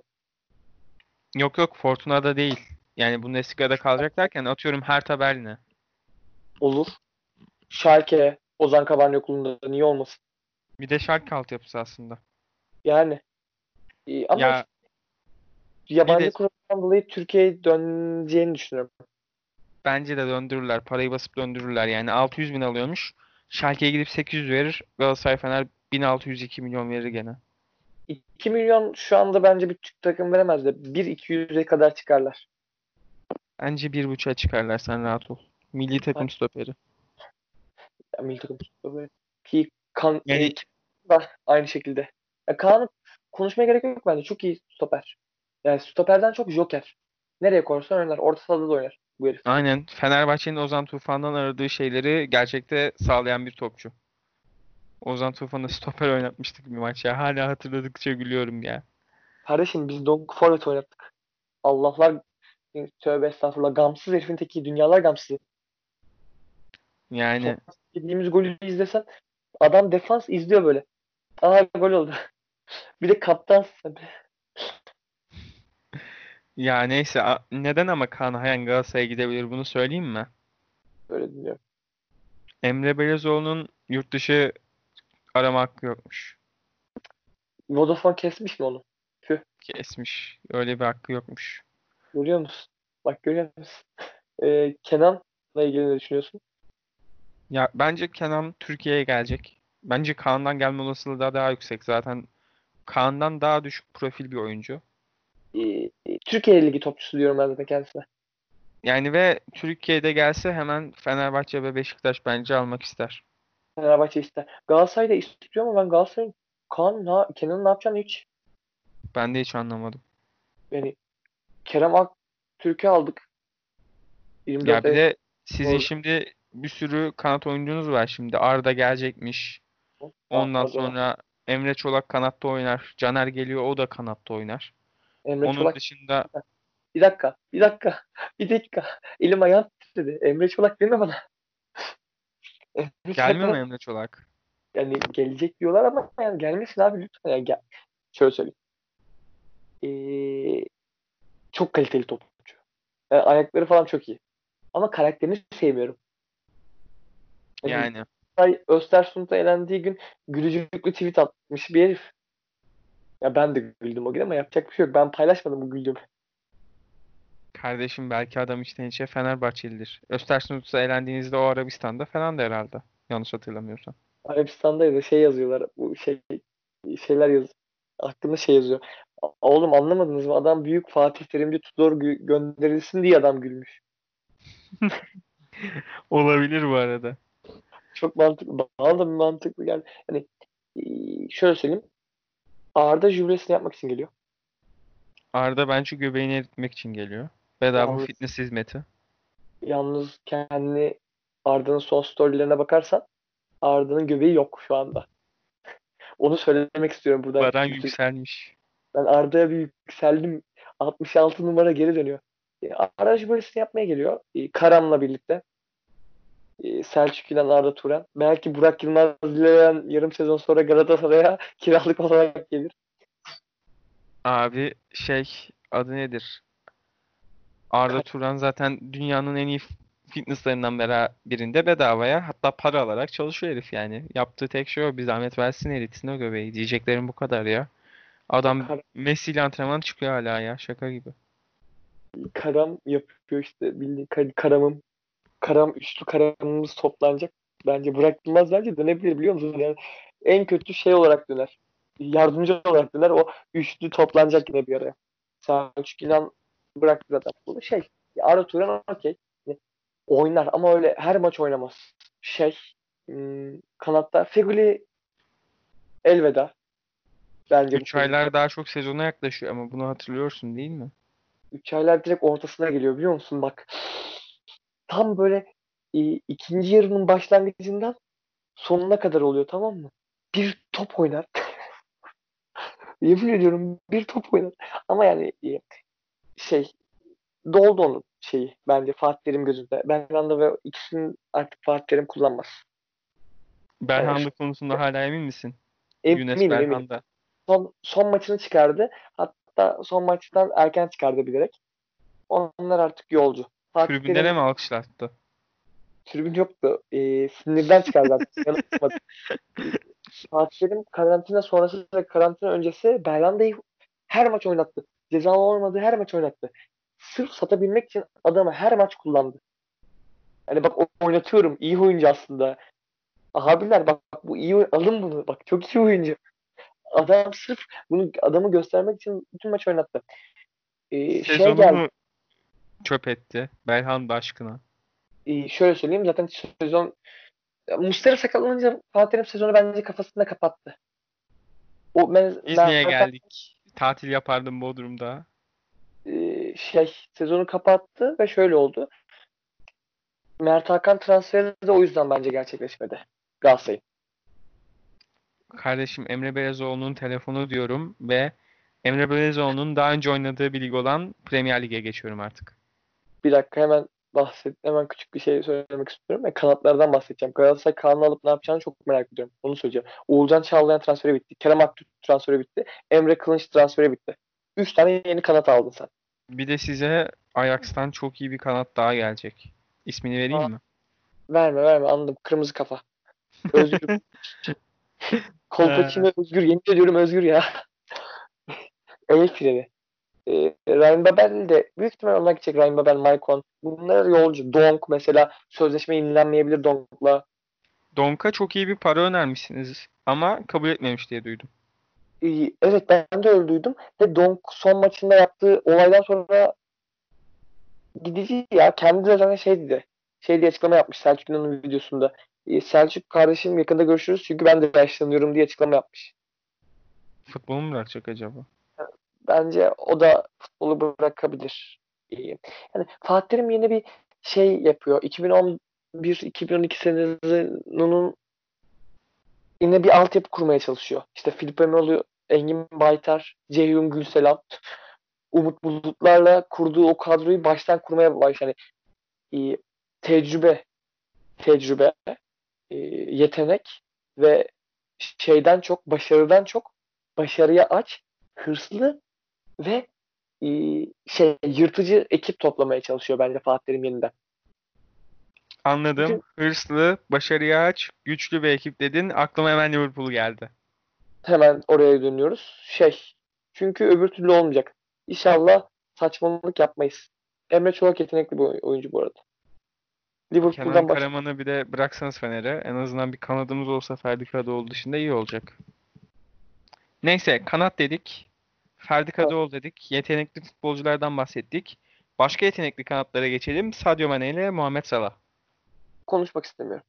S1: Yok yok Fortuna'da değil. Yani Bundesliga'da kalacak derken atıyorum Hertha Berlin'e.
S2: Olur. Schalke, Ozan Kabanyoklu'nda niye olmasın?
S1: Bir de Schalke altyapısı aslında.
S2: Yani ama
S1: Ya
S2: işte
S1: bir de
S2: yabancı kuralından dolayı Türkiye'ye döneceğini düşünüyorum.
S1: bence de döndürürler. Parayı basıp döndürürler. Yani 600 bin alıyormuş. Schalke'ye gidip 800 verir. Galatasaray Fener 1602 milyon verir gene.
S2: 2 milyon şu anda bence bir Türk takım veremez de 1-200'e kadar çıkarlar.
S1: Bence 1,5'a çıkarlar sen rahat ol. Milli takım stoperi.
S2: Yani milli takım böyle. Ki kan
S1: Yani
S2: ki da aynı şekilde. Kaan'ı konuşmaya gerek yok bence. Çok iyi stoper. Yani stoperden çok joker. Nereye koyarsan oynar. Orta sahada da oynar bu herif.
S1: aynen Fenerbahçe'nin Ozan Tufan'dan aradığı şeyleri gerçekte sağlayan bir topçu. Ozan Tufan'ı stoper oynatmıştık bir maç ya. Hala hatırladıkça gülüyorum ya.
S2: Kardeşim biz Donk forvet oynattık. Allah'lar, tövbe estağfurullah. Gamsız herifin teki. Dünyalar gamsızı. Son
S1: Yani
S2: yediğimiz golü izlesen adam defans izliyor böyle. Aa, gol oldu. Bir de kaptan.
S1: Ya neyse neden ama Kaan Ayhan Galatasaray'a gidebilir bunu söyleyeyim mi?
S2: Öyle dinliyorum.
S1: Emre Belözoğlu'nun yurt dışı arama hakkı yokmuş.
S2: Vodafone kesmiş mi onu? Tüh.
S1: Kesmiş. Öyle bir hakkı yokmuş.
S2: Görüyor musun? Bak görüyor musun? Kenan'la ilgili ne düşünüyorsun?
S1: Ya bence Kenan Türkiye'ye gelecek. Bence Kaan'dan gelme olasılığı daha yüksek. Zaten Kaan'dan daha düşük profil bir oyuncu.
S2: Türkiye Ligi topçusu diyorum ben zaten kendisine.
S1: Yani ve Türkiye'de gelse hemen Fenerbahçe ve Beşiktaş bence almak ister.
S2: Fenerbahçe ister. Galatasaray da istiyor ama ben Galatasaray'ın Kenan'ın ne yapacağını hiç
S1: Ben de hiç anlamadım.
S2: yani Kerem Aktürk'ü aldık.
S1: Ya
S2: 24
S1: bir
S2: evet
S1: de sizin
S2: doğru.
S1: şimdi bir sürü kanat oyuncunuz var şimdi. Arda gelecekmiş. Ondan
S2: Arda var.
S1: sonra Emre Çolak kanatta oynar. Caner geliyor o da kanatta oynar.
S2: Emre
S1: Onun
S2: Çolak.
S1: dışında
S2: Bir dakika. Bir dakika. Bir dakika. Elim ayağım titredi. Emre Çolak deme bana. Emre Çolak
S1: gelmiyor mu
S2: bana
S1: Emre Çolak?
S2: yani gelecek diyorlar ama yani gelmesin abi lütfen. Yani şöyle söyleyeyim. Ee, çok kaliteli topçu. Yani ayakları falan çok iyi. Ama karakterini sevmiyorum. Yani
S1: Yani
S2: Östersund'a elendiği gün gülücüklü tweet atmış bir herif. Ya ben de güldüm o gün ama yapacak bir şey yok. Ben paylaşmadım bu güldüğümü.
S1: kardeşim belki adam içten içe Fenerbahçelidir. Östersund'a elendiğinizde o Arabistan'da falan da herhalde. Yanlış hatırlamıyorsam.
S2: Arabistan'daydı şey yazıyorlar. Bu şeyler yazıyor. Aklımda şey yazıyor. Oğlum anlamadınız mı? Adam büyük Fatih Terimci Tudor gönderilsin diye adam gülmüş.
S1: Olabilir bu arada.
S2: Çok mantıklı. Bana da bir mantıklı geldi. Hani şöyle söyleyeyim. Arda jübilesini yapmak için geliyor.
S1: Arda bence göbeğini eritmek için geliyor. Bedava
S2: Yalnız
S1: fitness hizmeti.
S2: yalnız kendi Arda'nın son storylerine bakarsan Arda'nın göbeği yok şu anda. Onu söylemek istiyorum buradan.
S1: Baran yükselmiş.
S2: Ben Arda'ya bir yükseldim. 66 numara geri dönüyor. Arda jübilesini yapmaya geliyor. Karam'la birlikte. Selçuk İnan, Arda Turan. Belki Burak Yılmaz Dileyen yarım sezon sonra Galatasaray'a kiralık olarak gelir.
S1: Abi şey adı nedir? Arda Turan zaten dünyanın en iyi fitnesslarından birinde bedavaya hatta para alarak çalışıyor herif yani. Yaptığı tek şey o bir zahmet versin eritsin o göbeği. Diyeceklerim bu kadar ya. Adam
S2: Kar
S1: Messi ile antrenman çıkıyor hala ya şaka gibi.
S2: Karam yapıyor işte bildiğin Karam üçlü karamımız toplanacak. Bence Burak Yılmaz bence dönebilir biliyor musun? Yani en kötü şey olarak döner. Yardımcı olarak döner. O üçlü toplanacak yine bir araya. Selçuk İnan bıraktı zaten bunu. Arda Turan okey. Yani oynar ama öyle her maç oynamaz. Kanatta Feguli elveda. Bence bu
S1: 3
S2: sezon.
S1: aylar daha çok sezona yaklaşıyor ama bunu hatırlıyorsun değil mi?
S2: 3 aylar direkt ortasına geliyor biliyor musun? Bak tam böyle ikinci yarının başlangıcından sonuna kadar oluyor tamam mı? Bir top oynar. Yemin ediyorum bir top oynar. Ama yani şey doldu onun şeyi bence Fatih Terim gözünde. Belhanda ve ikisinin artık Fatih Terim kullanmaz. Yani
S1: Belhanda konusunda hala emin misin? Younes
S2: eminim.
S1: Belhanda.
S2: Son maçını çıkardı. Hatta son maçtan erken çıkardı bilerek. Onlar artık yolcu. Fatih
S1: Tribünlere
S2: Terim
S1: mi alkışlattı?
S2: tribün yoktu. Sinirden çıkardı artık. Yanılmadı. Fatih Terim karantina sonrası ve karantina öncesi Belhanda'yı her maç oynattı. Cezalı olmadığı her maç oynattı. Sırf satabilmek için adamı her maç kullandı. Yani bak oynatıyorum. İyi oyuncu aslında. Abiler bak bu iyi alın bunu. Bak çok iyi oyuncu. Adam sırf bunu adamı göstermek için bütün maç oynattı.
S1: Sezonu
S2: Geldi.
S1: mu çöp etti Belhanda aşkına?
S2: Şöyle söyleyeyim zaten sezon Muslera sakatlanınca Fatih Terim sezonu bence kafasında kapattı. O
S1: İzmir'e
S2: Mert
S1: geldik. Tatil yapardım Bodrum'da.
S2: sezonu kapattı ve şöyle oldu. Mert Hakan transferi de o yüzden bence gerçekleşmedi. Galatasaray'ın.
S1: Kardeşim Emre Belezoğlu'nun telefonu diyorum ve Emre Belezoğlu'nun daha önce oynadığı bir lig olan Premier Lig'e geçiyorum artık.
S2: Bir dakika hemen küçük bir şey söylemek istiyorum. Kanatlardan bahsedeceğim. Galatasaray Kaan'ı alıp ne yapacağını çok merak ediyorum. Onu söyleyeceğim. Uğurcan Çağlayan transferi bitti. Kerem Aktürk transferi bitti. Emre Kılınç transferi bitti. 3 tane yeni kanat aldın sen.
S1: Bir de size Ajax'tan çok iyi bir kanat daha gelecek. İsmini vereyim
S2: Aa,
S1: mi?
S2: verme verme, anladım. Kırmızı kafa. Özgür.
S1: Ee,
S2: Kolpaçino Özgür. Yemin ediyorum Özgür ya. El freni. Ryan Babel de büyük ihtimal onlar gidecek. Ryan Babel, Maicon. Bunlar yolcu. Donk mesela sözleşme yenilenmeyebilir Donk'la.
S1: Donk'a çok iyi bir para önermişsiniz ama kabul etmemiş diye duydum.
S2: Evet, ben de öyle duydum. Ve Donk son maçında yaptığı olaydan sonra gidici ya. Kendi de zaten şey dedi. Şey diye açıklama yapmış Selçuk İnan'ın videosunda. Selçuk kardeşim yakında görüşürüz çünkü ben de yaşlanıyorum diye açıklama yapmış.
S1: Futbolu mu bırakacak acaba?
S2: Bence o da futbolu bırakabilir. Yani Fatih Terim yeni bir şey yapıyor. 2011-2012 sezonunun yine bir altyapı kurmaya çalışıyor. İşte Filipe Melo, Engin Baytar, Ceyhun Gülselam, Umut Bulutlarla kurduğu o kadroyu baştan kurmaya başladı. Yani, tecrübe, tecrübe, yetenek ve başarıdan çok başarıya aç, hırslı ve yırtıcı ekip toplamaya çalışıyor bence Fatih Terim yeniden.
S1: Anladım.
S2: Çünkü
S1: Hırslı, başarıya aç, güçlü bir ekip dedin. Aklıma hemen Liverpool geldi.
S2: hemen oraya dönüyoruz. Çünkü öbür türlü olmayacak. İnşallah saçmalık yapmayız. Emre Çolak yetenekli bir oyuncu bu arada.
S1: Kenan
S2: Liverpool'dan baş
S1: Karaman'ı bir de bıraksanız Fener'e. En azından bir kanadımız olsa Ferdi Kadıoğlu dışında iyi olacak. Neyse kanat dedik. Ferdi Kadıoğlu dedik. Yetenekli futbolculardan bahsettik. Başka yetenekli kanatlara geçelim. Sadio Mane ile Muhammed Salah.
S2: konuşmak istemiyorum.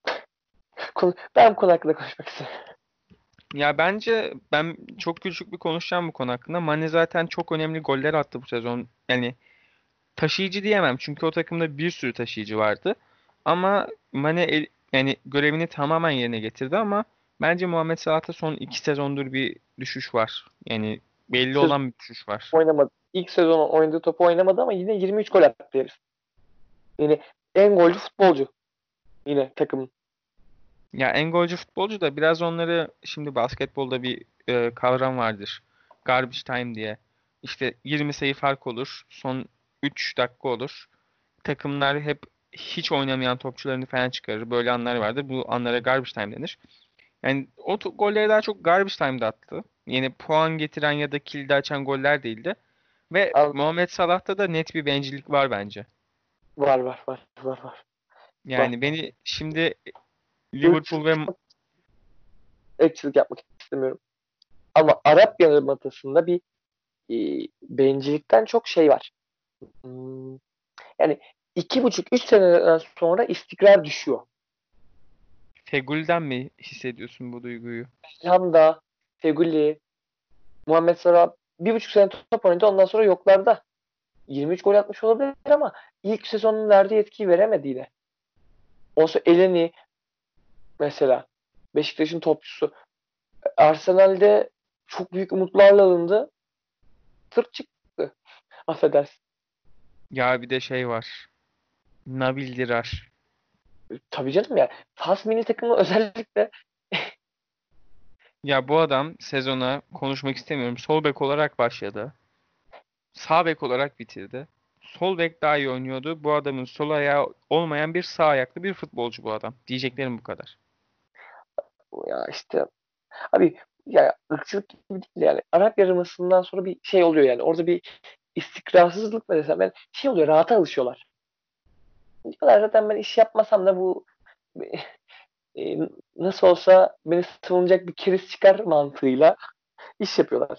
S2: Ben bu konu hakkında konuşmak istemiyorum.
S1: Ya bence ben çok küçük bir konuşacağım bu konu hakkında. Mane zaten çok önemli goller attı bu sezon. Yani taşıyıcı diyemem çünkü o takımda bir sürü taşıyıcı vardı. Ama Mane yani görevini tamamen yerine getirdi ama bence Muhammed Salah'ta son 2 sezondur bir düşüş var. Yani belli
S2: Sezon
S1: olan bir düşüş var.
S2: oynamadı. İlk sezon oynadığı topu oynamadı ama yine 23 gol attı herif. Yani en golcü futbolcu yine takımın.
S1: Ya en golcü futbolcu da biraz onları şimdi basketbolda bir kavram vardır. Garbage time diye. İşte 20 sayı fark olur. Son 3 dakika olur. Takımlar hep hiç oynamayan topçularını falan çıkarır. Böyle anlar vardır. Bu anlara garbage time denir. Yani golleri daha çok garbage time'da attı. Yani puan getiren ya da kilidi açan goller değildi. Ve
S2: Al-
S1: Muhammed Salah'ta da net bir bencillik var bence.
S2: Var var var var var. Var.
S1: Yani beni şimdi Liverpool
S2: Irkçılık
S1: ve
S2: yapmak, ırkçılık yapmak istemiyorum. Ama Arap Yarımadası'nda bir bencillikten çok şey var. Hmm, Yani 2,5-3 seneden sonra istikrar düşüyor.
S1: Fegül'den mi hissediyorsun bu duyguyu?
S2: Landa, Feguli, Muhammed Salah 1,5 sene top oynadı. Ondan sonra yoklarda. 23 gol atmış olabilir ama ilk sezonun verdiği etkiyi veremedi yine. Olsa Eleni mesela Beşiktaş'ın topçusu. Arsenal'de çok büyük umutlarla alındı. Tırt çıktı. Affedersin.
S1: Ya bir de şey var. Nabil Dirar.
S2: Tabii canım ya. Fas milli takımı özellikle
S1: Ya bu adam sezona konuşmak istemiyorum. Sol bek olarak başladı. Sağ bek olarak bitirdi. Sol bek daha iyi oynuyordu. Bu adamın sol ayağı olmayan bir sağ ayaklı bir futbolcu bu adam. Diyeceklerim bu kadar.
S2: ya işte abi ya ırkçılık gibi değil yani. Arap Yarımadası'ndan sonra bir şey oluyor yani. Orada bir istikrarsızlık mı desem ben şey oluyor, rahata alışıyorlar. Diyorlar zaten ben iş yapmasam da bu e, nasıl olsa beni savunacak bir keriz çıkar mantığıyla iş yapıyorlar.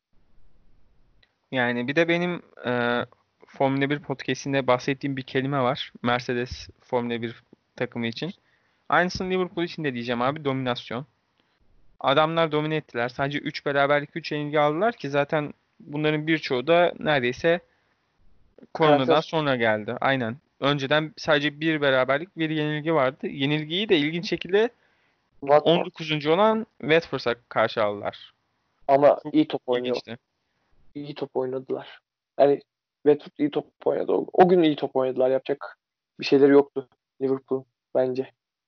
S1: Yani bir de benim Formula 1 podcast'inde bahsettiğim bir kelime var. Mercedes Formula 1 takımı için. Aynısını Liverpool için de diyeceğim abi. Dominasyon. Adamlar domine ettiler. Sadece 3 beraberlik 3 yenilgi aldılar ki zaten bunların birçoğu da neredeyse koronadan
S2: Karakter
S1: sonra geldi. Aynen. Önceden sadece bir beraberlik bir yenilgi vardı. Yenilgiyi de ilginç şekilde
S2: Watford
S1: 19. olan Watford'a karşı aldılar.
S2: ama
S1: Çok
S2: iyi top oynuyor.
S1: ilginçti.
S2: İyi top oynadılar. Yani Watford iyi top oynadı. O gün iyi top oynadılar. Yapacak bir şeyleri yoktu Liverpool bence.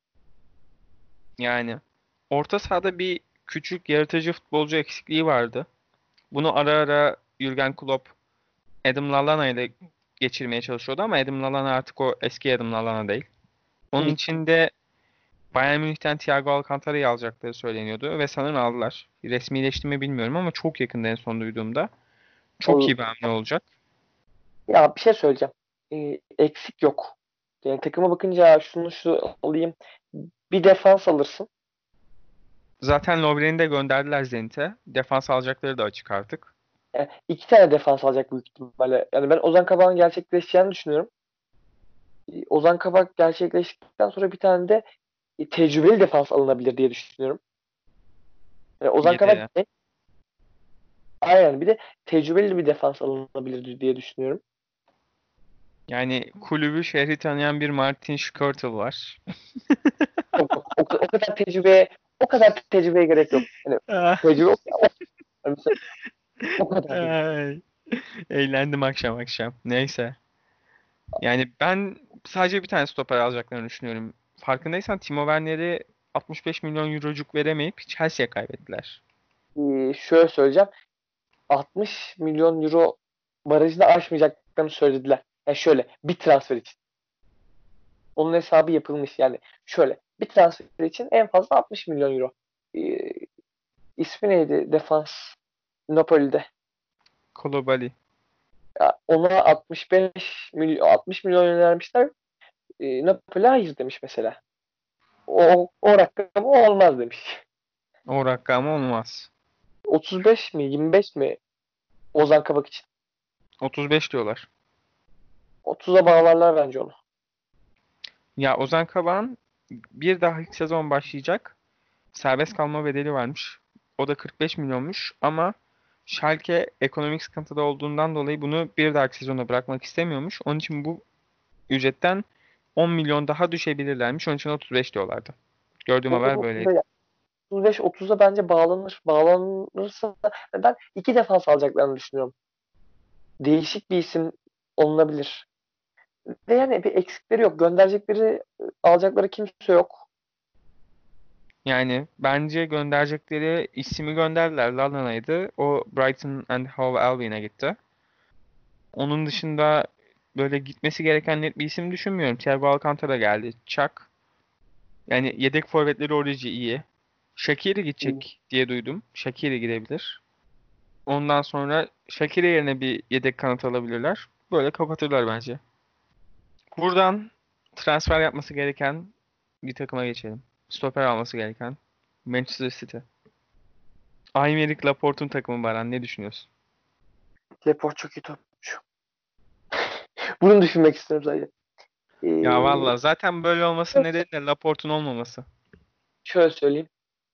S1: Yani orta sahada bir küçük yaratıcı futbolcu eksikliği vardı. Bunu ara ara Jürgen Klopp Adam Lallana ile geçirmeye çalışıyordu ama Adam Lallana artık o eski Adam Lallana değil. Onun için de Bayern Münih'ten Thiago Alcantara'yı alacakları söyleniyordu ve sanırım aldılar. Resmileşti mi bilmiyorum ama çok yakında en son duyduğumda. Çok iyi bir hamle olacak.
S2: Ya bir şey söyleyeceğim. Eksik yok. Yani takıma bakınca şunu şu alayım. Bir defans alırsın.
S1: Zaten Lovren'i de gönderdiler Zenit'e. Defans alacakları da açık artık.
S2: Yani iki tane defans alacak büyük ihtimalle. Yani ben Ozan Kabak'ın gerçekleşeceğini düşünüyorum. Ozan Kabak gerçekleştikten sonra bir tane de tecrübeli defans alınabilir diye düşünüyorum. Yani Ozan
S1: Yedeğe.
S2: Kabak aynen bir de tecrübeli bir defans alınabilir diye düşünüyorum.
S1: Yani kulübü şehri tanıyan bir Martin Skrtel var.
S2: O kadar tecrübeye gerek yok. Yani
S1: Ah,
S2: tecrübe yani mesela o kadar değil.
S1: ay. Eğlendim akşam akşam. Neyse. Yani ben sadece bir tane stoper alacaklarını düşünüyorum. Farkındaysan Timo Werner'i 65 milyon eurocuk veremeyip Chelsea'ye kaybettiler.
S2: Şöyle söyleyeceğim. 60 milyon euro barajını aşmayacaklarını söylediler. Yani şöyle bir transfer için. Onun hesabı yapılmış. Yani şöyle bir transfer için en fazla 60 milyon euro. Ee, ismi neydi? Defans Napoli'de.
S1: Koulibaly.
S2: Ya ona 60 milyon önermişler. Napoli hayır demiş mesela. O rakam olmaz demiş.
S1: O rakam olmaz.
S2: 35 mi 25 mi Ozan Kabak için?
S1: 35 diyorlar.
S2: 30'a bağlarlar bence onu.
S1: Ya Ozan Kabak'ın bir dahaki sezon başlayacak. Serbest kalma bedeli varmış. O da 45 milyonmuş ama Schalke ekonomik sıkıntıda olduğundan dolayı bunu bir dahaki sezona bırakmak istemiyormuş. Onun için bu ücretten 10 milyon daha düşebilirlermiş. Onun için 35 diyorlardı. Gördüğüm haber böyleydi.
S2: 35-30'a bence bağlanır. Bağlanırsa ben iki defans alacaklarını düşünüyorum. Değişik bir isim olunabilir. Ve yani bir eksikleri yok. Gönderecekleri, alacakları kimse yok.
S1: Yani bence gönderecekleri ismi gönderdiler. Lallana'ydı. O Brighton and Hove Albion'a gitti. Onun dışında böyle gitmesi gereken net bir isim düşünmüyorum. Thiago Alcantara geldi. Çak. Yani yedek forvetleri Origi iyi. Shaqiri gidecek diye duydum. Shaqiri gidebilir. Ondan sonra Shaqiri yerine bir yedek kanat alabilirler. Böyle kapatırlar bence. Buradan transfer yapması gereken bir takıma geçelim. Stoper alması gereken Manchester City. Aymeric Laporte'un takımı Baran, ne düşünüyorsun?
S2: Laporte çok iyi topçu. Bunu düşünmek istiyorum sadece.
S1: Ya
S2: Ee,
S1: valla zaten böyle olması nedeni de Laporte'un olmaması.
S2: şöyle söyleyeyim.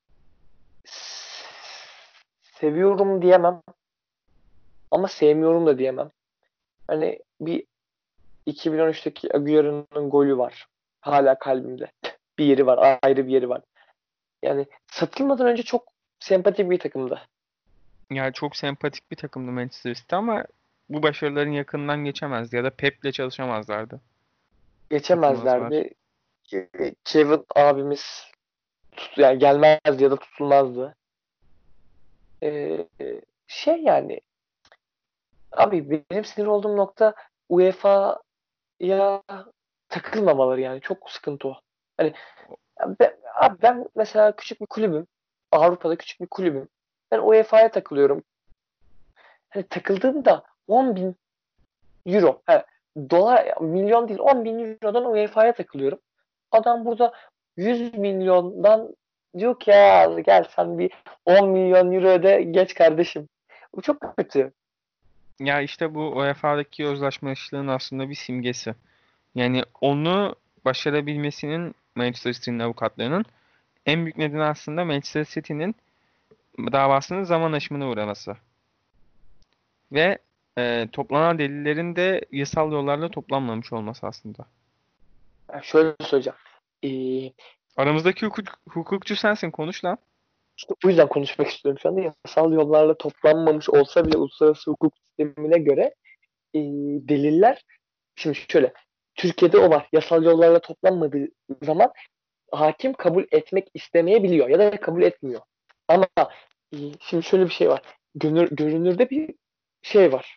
S2: Seviyorum diyemem ama sevmiyorum da diyemem. Hani bir 2013'teki Agüero'nun golü var. Hala kalbimde. Bir yeri var. Ayrı bir yeri var. Yani satılmadan önce çok sempatik bir takımdı.
S1: Ya çok sempatik bir takımdı Manchester City ama bu başarıların yakından geçemezdi ya da Pep'le çalışamazlardı. Tutulmazlar.
S2: Geçemezlerdi. Kevin abimiz yani gelmezdi ya da tutulmazdı. Ee, şey yani abi benim sinir olduğum nokta UEFA'ya takılmamaları yani çok sıkıntı o. Hani abi ben mesela küçük bir kulübüm. Avrupa'da küçük bir kulübüm. Ben UEFA'ya takılıyorum. Hani takıldığımda 10 bin euro. Dolar milyon değil 10 bin eurodan UEFA'ya takılıyorum. Adam burada 100 milyondan diyor ki ya gel sen bir 10 milyon euro öde geç kardeşim. Bu çok kötü.
S1: Ya işte bu UEFA'daki yozlaşmışlığın aslında bir simgesi. Yani onu başarabilmesinin Manchester City'nin avukatlarının en büyük nedeni aslında Manchester City'nin davasının zaman aşımına uğraması. Ve toplanan delillerin de yasal yollarla toplanmamış olması aslında.
S2: Yani şöyle söyleyeceğim. Ee,
S1: Aramızdaki hukukçu sensin, konuş lan.
S2: işte o yüzden konuşmak istiyorum şu anda. Yasal yollarla toplanmamış olsa bile uluslararası hukuk sistemine göre deliller şimdi şöyle Türkiye'de o var. Yasal yollarla toplanmadığı zaman hakim kabul etmek istemeyebiliyor ya da kabul etmiyor. Ama şimdi şöyle bir şey var. Görünürde bir şey var.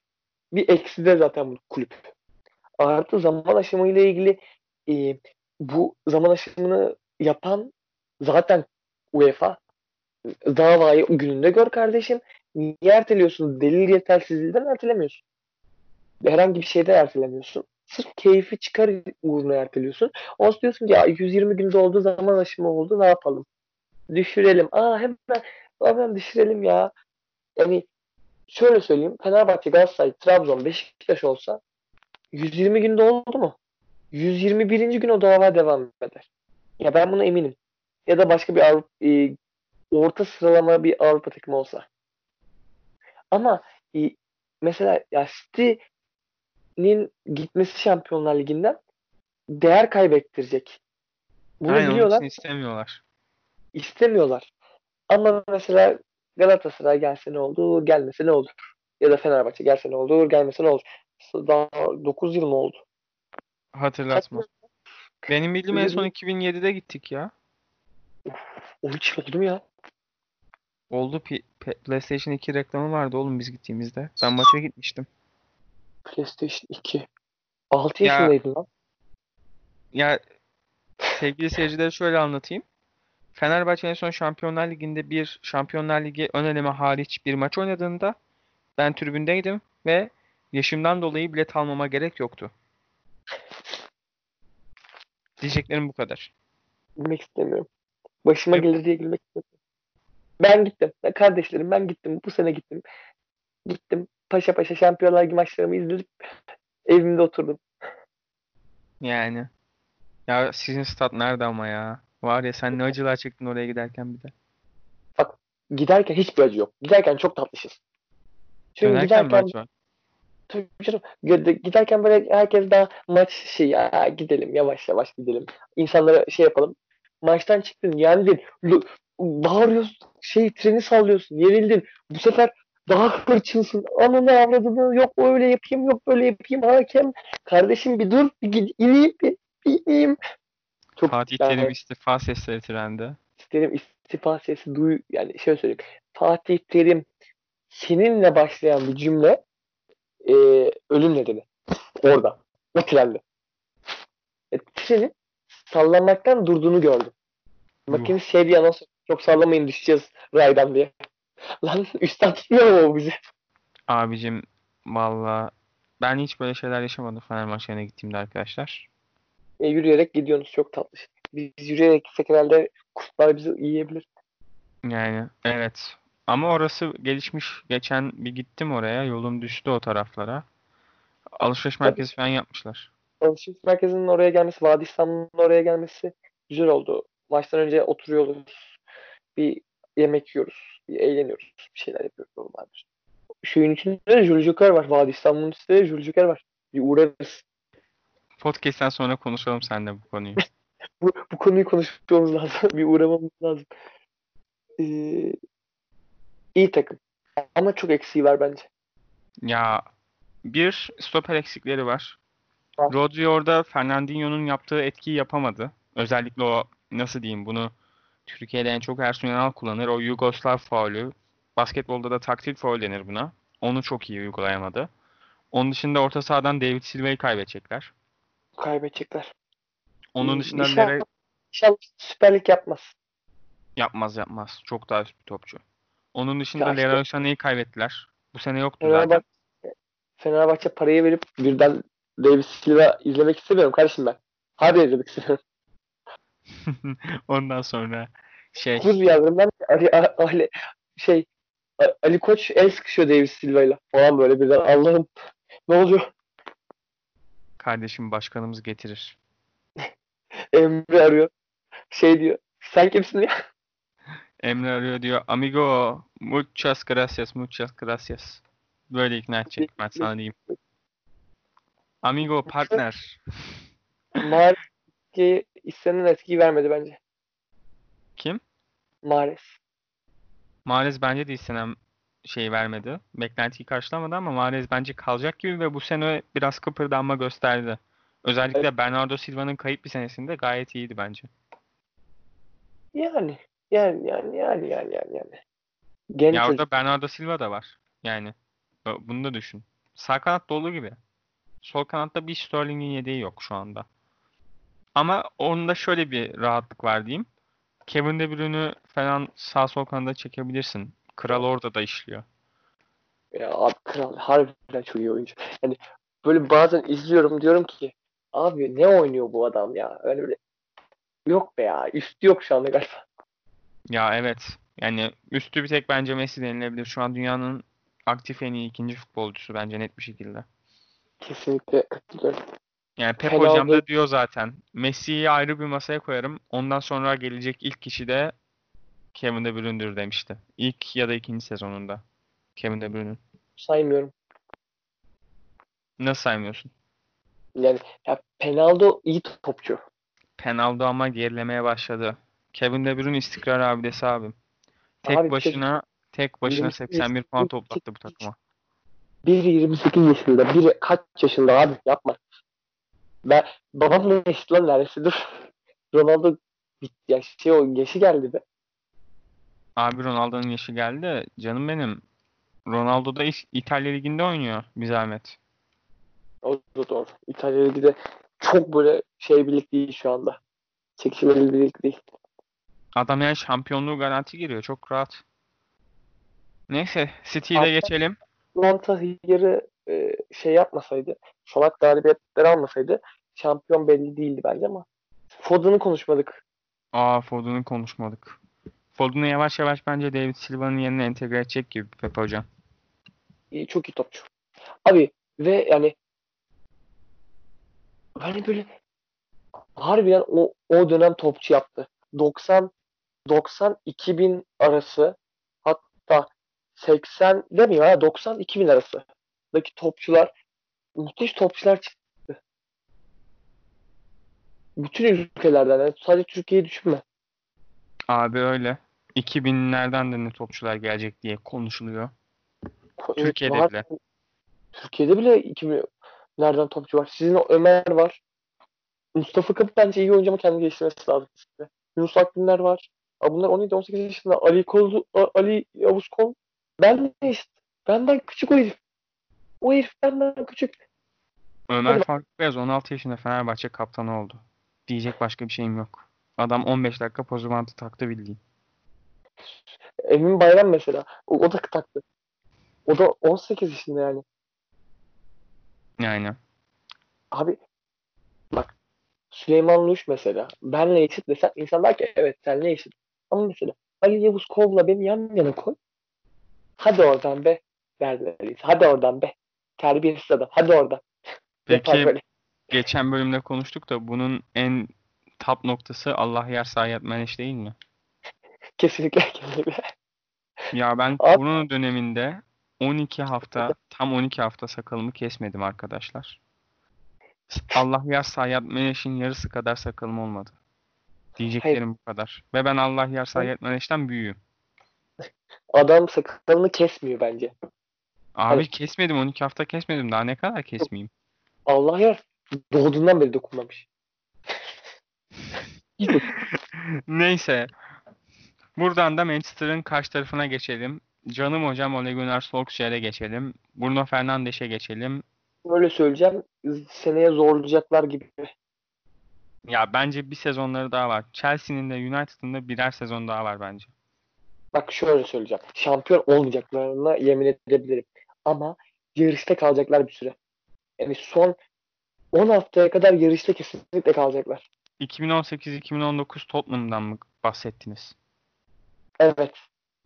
S2: bir eksi de zaten bu kulüp. Artı zaman aşımıyla ilgili e, bu zaman aşımını yapan zaten UEFA. Davayı gününde gör kardeşim. Niye erteliyorsun? Delil yetersizliğinden ertelemiyorsun. Herhangi bir şeyden ertelemiyorsun. Sırf keyfi çıkar uğruna erteliyorsun. Ondan diyorsun ki ya 120 günde oldu, zaman aşımı oldu, ne yapalım? Düşürelim. Hemen düşürelim ya. Yani şöyle söyleyeyim. Fenerbahçe, Galatasaray, Trabzon, Beşiktaş olsa 120 günde oldu mu? 121. gün o dava devam eder. Ya ben buna eminim. Ya da başka bir orta sıralama bir Avrupa takımı olsa. Ama e, mesela ya City'nin gitmesi Şampiyonlar Ligi'nden değer kaybettirecek. Bunu
S1: Aynen onun
S2: biliyorlar,
S1: için istemiyorlar.
S2: istemiyorlar. Ama mesela Galatasaray gelse ne olur, gelmese ne olur? Ya da Fenerbahçe gelse ne olur, gelmese ne olur? Daha 9 yıl mı oldu? Kaç
S1: Hatırlatma.
S2: yıl?
S1: Benim bildiğim en son
S2: Öyle
S1: 2007'de gittik ya.
S2: 13 yıl oldu mu ya?
S1: Oldu PlayStation 2 reklamı vardı oğlum biz gittiğimizde. Ben maça gitmiştim.
S2: PlayStation 2. 6
S1: Ya
S2: yaşındaydın lan.
S1: ya sevgili seyircilere şöyle anlatayım. Fenerbahçe en son Şampiyonlar Ligi'nde bir Şampiyonlar Ligi ön eleme hariç bir maç oynadığında ben tribündeydim ve yaşımdan dolayı bilet almama gerek yoktu. Diyeceklerim bu kadar.
S2: Bilmek istemiyorum. Başıma
S1: Ve
S2: gelir diye gülmek istemiyorum. Ben gittim. Kardeşlerim, ben gittim. Bu sene gittim. Gittim. Paşa paşa Şampiyonlar Ligi maçlarımı izledim. Evimde oturdum.
S1: yani ya sizin stat nerede ama ya? Var ya sen ne acılar çektin oraya giderken bir de.
S2: Bak, giderken hiçbir acı yok. Giderken çok tatlışız. Çünkü
S1: Dönerken mi
S2: giderken
S1: acı var?
S2: tabii canım, giderken böyle herkes daha maç şey ya, gidelim yavaş yavaş gidelim. İnsanlara şey yapalım. Maçtan çıktın, yendin. Bağırıyorsun, treni sallıyorsun, yenildin. Bu sefer daha hırçınsın. Ananı avradını, yok öyle yapayım, yok böyle yapayım. Hakem kardeşim, bir dur, ineyim, bir ineyim. Çok
S1: Fatih Terim
S2: yani,
S1: istifa sesleri trende.
S2: isterim istifa sesi yani şöyle söyleyeyim. Fatih Terim seninle başlayan bir cümle e, ölüm nedeni. Orada. O trende. Trenin sallanmaktan durduğunu gördüm.
S1: Yuh.
S2: Makine şey diye anons, çok sallamayın düşeceğiz raydan diye. Lan üstten tutmuyor mu o bizi?
S1: Abicim valla ben hiç böyle şeyler yaşamadım Fener maçlarına gittiğimde arkadaşlar.
S2: Yürüyerek gidiyorsunuz, çok tatlı. Biz yürüyerek gitsek herhalde kurtlar bizi yiyebilir.
S1: Yani evet. Ama orası gelişmiş. Geçen bir gittim oraya. Yolum düştü o taraflara. Alışveriş
S2: Tabii
S1: merkezi falan yapmışlar.
S2: alışveriş merkezinin oraya gelmesi, Vadi İstanbul'un oraya gelmesi güzel oldu. Maçtan önce oturuyoruz. Bir yemek yiyoruz. Bir eğleniyoruz. Bir şeyler yapıyoruz normaldir. Şeyin içinde de Jules Joker var. Vadi İstanbul'un içinde de Jules Joker var. Bir uğrarız.
S1: Podcast'ten sonra konuşalım seninle bu konuyu.
S2: Bu konuyu konuşmamız lazım. Bir uğramamız lazım. Ee, iyi takım. Ama çok eksiği var bence.
S1: Ya bir stoper eksikleri var.
S2: Var.
S1: Rodri orada Fernandinho'nun yaptığı etkiyi yapamadı. Özellikle o nasıl diyeyim bunu Türkiye'de en çok Ersun Yanal kullanır. O Yugoslav faulü. Basketbolda da taktik faul denir buna. Onu çok iyi uygulayamadı. Onun dışında orta sahadan David Silva'yı kaybedecekler.
S2: Kaybedecekler.
S1: Onun dışında
S2: İnşallah,
S1: Lere
S2: inşallah Süper Lig yapmaz.
S1: yapmaz. Çok daha üst bir topçu. Onun dışında
S2: Ya işte
S1: Leroy Sané'yi kaybettiler. Bu sene yoktu zaten.
S2: Fenerbahçe, Fenerbahçe parayı verip birden David Silva izlemek istemiyorum kardeşim ben. Hadi izlemek istiyorum.
S1: Ondan sonra şey
S2: Kuz yazdım ben. Şey Ali Koç el sıkışıyor David Silva'yla falan, böyle birden. Allah'ım, ne oluyor?
S1: kardeşim başkanımız getirir.
S2: Emre arıyor. Şey diyor. Sen kimsin ya?
S1: Emre arıyor diyor. Amigo, muchas gracias. Böyle ikna edecek ben sana diyeyim. Amigo, partner.
S2: Mahrez'e istenen etkiyi vermedi bence.
S1: Kim?
S2: Mahrez.
S1: Mahrez bence de istenen şey vermedi. Beklentiyi karşılamadı ama Mahrez bence kalacak gibi ve bu sene biraz kıpırdanma gösterdi. Özellikle Bernardo Silva'nın kayıp bir senesinde gayet iyiydi bence.
S2: Yani yani. Genç
S1: Ya orada
S2: çocuk.
S1: Bernardo Silva da var. Yani bunu da düşün. Sağ kanat dolu gibi. Sol kanatta bir Sterling'in yedeği yok şu anda. Ama onda şöyle bir rahatlık var diyeyim. Kevin De Bruyne'ü falan sağ sol kanada çekebilirsin. Kral orada da işliyor.
S2: Ya abi kral harbiden çok iyi oyuncu. Yani böyle bazen izliyorum diyorum ki abi ne oynuyor bu adam ya? Öyle böyle yok be ya. Üstü yok şu anda galiba.
S1: Ya evet. Yani üstü bir tek bence Messi denilebilir. Şu an dünyanın aktif en iyi ikinci futbolcusu bence net bir şekilde.
S2: Kesinlikle katılıyorum.
S1: Yani Pep hocam
S2: Penaltı
S1: da diyor zaten. Messi'yi ayrı bir masaya koyarım. Ondan sonra gelecek ilk kişi de Kevin De Bruyne'dir demişti. İlk ya da ikinci sezonunda. Kevin De Bruyne'ün.
S2: saymıyorum.
S1: Nasıl saymıyorsun?
S2: Yani ya Penaldo iyi topçu.
S1: Penaldo ama gerilemeye başladı. Kevin De Bruyne istikrar abidesi abim. Tek
S2: Abi bir şey
S1: başına tek başına
S2: 28
S1: 81 puan toplattı bu takıma.
S2: biri 28 yaşında, biri kaç yaşında abi yapma. Ben babamla eşit lan neredeyse dur. Ronaldo ya şey o yaşı geldi be.
S1: Abi Ronaldo'nun yaşı geldi. Canım benim. Ronaldo da İtalya Ligi'nde oynuyor bir zahmet.
S2: O da doğru. İtalya Ligi de çok böyle şey birlik değil şu anda. Çekişmeli birlik değil.
S1: Adam yani şampiyonluğu garanti giriyor. Çok rahat. Neyse City'yi de
S2: Hatta
S1: geçelim.
S2: Atlanta yarı şey yapmasaydı, salak galibiyetler almasaydı şampiyon belli değildi bence ama Foden'ı konuşmadık.
S1: Aa Foden'ı konuşmadık. Foden'ı yavaş yavaş bence David Silva'nın yerine entegre edecek gibi Pep hocam.
S2: Çok iyi topçu. Abi ve yani hani böyle harbiden o dönem topçu yaptı. 90 90-2000 arası hatta 80 demiyor ha 90-2000 arasındaki topçular müthiş topçular çıktı. Bütün ülkelerden yani sadece Türkiye'yi düşünme.
S1: Abi öyle. 2000'lerden de ne topçular gelecek diye konuşuluyor. Türkiye'de
S2: Var.
S1: bile.
S2: Türkiye'de bile 2000'lerden topçu var. Sizin o Ömer var. Mustafa Kapı bence iyi oyuncu ama kendini geliştirmesi lazım. Yunus Akgünler var. Bunlar 17-18 yaşında. Ali Yavuz Kol. Ben de işte. Benden küçük o herif. O herif benden küçük.
S1: Ömer
S2: Hadi bak.
S1: Faruk Beyaz 16 yaşında Fenerbahçe kaptanı oldu. Diyecek başka bir şeyim yok. Adam 15 dakika pozumantı taktı bildiğin.
S2: Emin Bayram mesela. O da taktı. O da 18 yaşında yani.
S1: Yani.
S2: Abi bak Süleyman Luş mesela. Benle eşit desen insan der ki evet senle eşit. Ama mesela Ali Yavuz Kol'la beni yan yana koy. Hadi oradan be derdiler. Hadi oradan be. Terbiyesiz adam. Hadi oradan. Yapar
S1: Peki
S2: böyle.
S1: geçen bölümde konuştuk da bunun en top noktası Allah yer Sayyad Meneş değil mi?
S2: Kesinlikle kesinlikle.
S1: Ya ben
S2: Abi,
S1: korona döneminde 12 hafta, tam 12 hafta sakalımı kesmedim arkadaşlar. Allah yer Sayyad Meneş'in yarısı kadar sakalım olmadı.
S2: hayır.
S1: Diyeceklerim bu kadar. Ve ben Allah yer Sayyad Meneş'ten büyüğüm.
S2: Adam sakalını kesmiyor bence. Hani
S1: Abi kesmedim 12 hafta kesmedim. Daha ne kadar
S2: yok,
S1: kesmeyeyim?
S2: Allah yer doğduğundan beri dokunmamış. Hiç
S1: Neyse. Buradan da Manchester'ın karşı tarafına geçelim. Canım hocam Ole Gunnar Solskjaer'e geçelim. Bruno Fernandes'e geçelim.
S2: öyle söyleyeceğim. Seneye zorlayacaklar gibi.
S1: Ya bence bir sezonları daha var. Chelsea'nin de United'ın da birer sezon daha var bence.
S2: Bak şöyle söyleyeceğim. Şampiyon olmayacaklarına yemin edebilirim. Ama yarışta kalacaklar bir süre. Yani son 10 haftaya kadar yarışta kesinlikle kalacaklar.
S1: 2018-2019 Tottenham'dan mı bahsettiniz?
S2: Evet.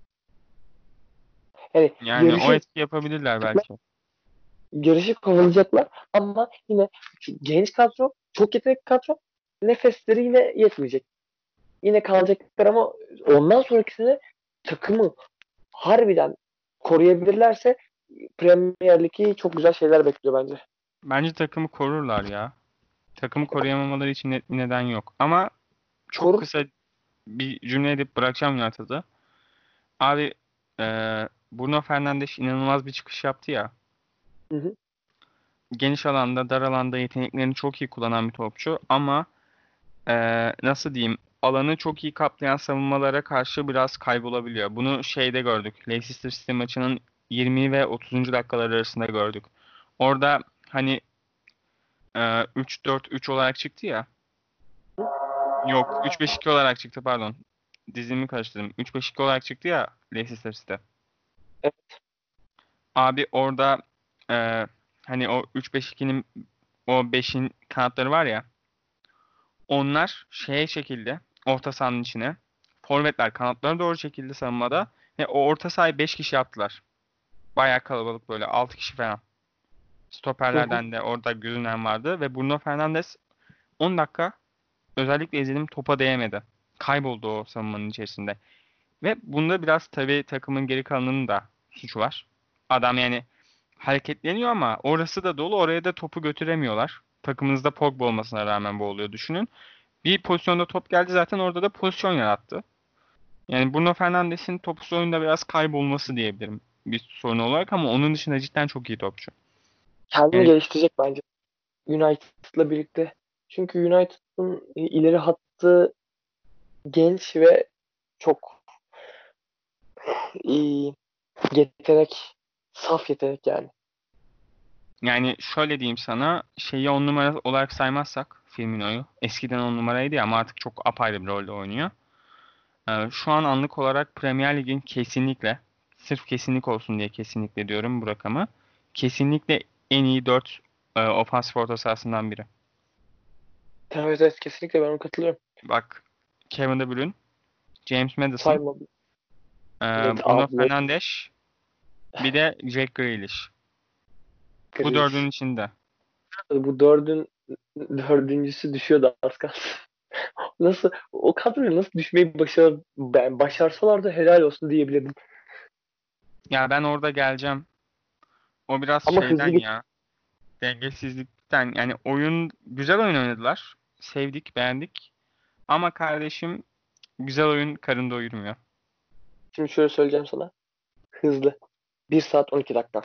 S2: Yani
S1: Yani o etki yapabilirler belki.
S2: yarışı kovalayacaklar ama yine genç kadro, çok yetenekli kadro. Nefesleri yine yetmeyecek. Yine kalacaklar ama ondan sonraki sene takımı harbiden koruyabilirlerse Premier Lig'i çok güzel şeyler bekliyor bence.
S1: Bence takımı korurlar ya. Takımı koruyamamaları için net bir neden yok. Ama çok
S2: Korum.
S1: kısa bir cümle edip bırakacağım United'ı. Abi Bruno Fernandes inanılmaz bir çıkış yaptı ya.
S2: Hı hı.
S1: Geniş alanda, dar alanda yeteneklerini çok iyi kullanan bir topçu. Ama nasıl diyeyim, alanı çok iyi kaplayan savunmalara karşı biraz kaybolabiliyor. Bunu şeyde gördük. Leicester City maçının 20 ve 30. dakikalar arasında gördük. Orada hani 3-4-3 olarak çıktı ya. Yok, 3-5-2 olarak çıktı, pardon. Dizimi karıştırdım. 3-5-2 olarak çıktı ya Leicester City.
S2: Evet.
S1: Abi orada e, hani o 3-5-2'nin o 5'in kanatları var ya. Onlar şekilde orta sahanın içine. Forvetler kanatlarına doğru çekildi savunmada. Ve o orta sahayı 5 kişi yaptılar. Bayağı kalabalık, böyle 6 kişi falan.
S2: Hı hı.
S1: Stoperlerden de orada görünen vardı. Ve Bruno Fernandes 10 dakika özellikle izledim, topa değemedi. Kayboldu o savunmanın içerisinde. Ve bunda biraz tabii takımın geri kalanının da suçu var. Adam yani hareketleniyor ama orası da dolu, oraya da topu götüremiyorlar. Takımınızda Pogba olmasına rağmen bu oluyor, düşünün. Bir pozisyonda top geldi, zaten orada da pozisyon yarattı. Yani Bruno Fernandes'in topsuz oyunda biraz kaybolması diyebilirim bir sorun olarak, ama onun dışında cidden çok iyi topçu.
S2: Kendini
S1: Yani
S2: geliştirecek bence United'la birlikte. Çünkü United'ın ileri hattı genç ve çok iyi yetenek. Saf yetenek yani.
S1: yani şöyle diyeyim sana, şeyi 10 numara olarak saymazsak Firmino'yu. Eskiden 10 numaraydı ya, ama artık çok apayrı bir rolde oynuyor. Şu an anlık olarak Premier Lig'in kesinlikle, sırf kesinlik olsun diye kesinlikle diyorum bu rakamı, kesinlikle en iyi 4 ofansif orta sahasından biri.
S2: Evet, evet, kesinlikle ben ona katılıyorum.
S1: Bak, Kevin De Bruyne, James Maddison,
S2: Saymadım. Evet
S1: Bruno
S2: abi.
S1: Fernandes, bir de Jack Grealish. Bu dördünün
S2: Grealish.
S1: içinde.
S2: Bu dördüncüsü düşüyordu az kalsın. Nasıl o kadroyu nasıl düşmeyi başarsalar da helal olsun diyebilirdim.
S1: Ya ben orada geleceğim. O biraz
S2: Ama
S1: şeyden
S2: hızlı bir
S1: ya. Dengesizlikten. Yani güzel oyun oynadılar. Sevdik, beğendik. Ama kardeşim, güzel oyun karın doyurmuyor.
S2: şimdi şöyle söyleyeceğim sana. Hızlı. 1 saat 12 dakika.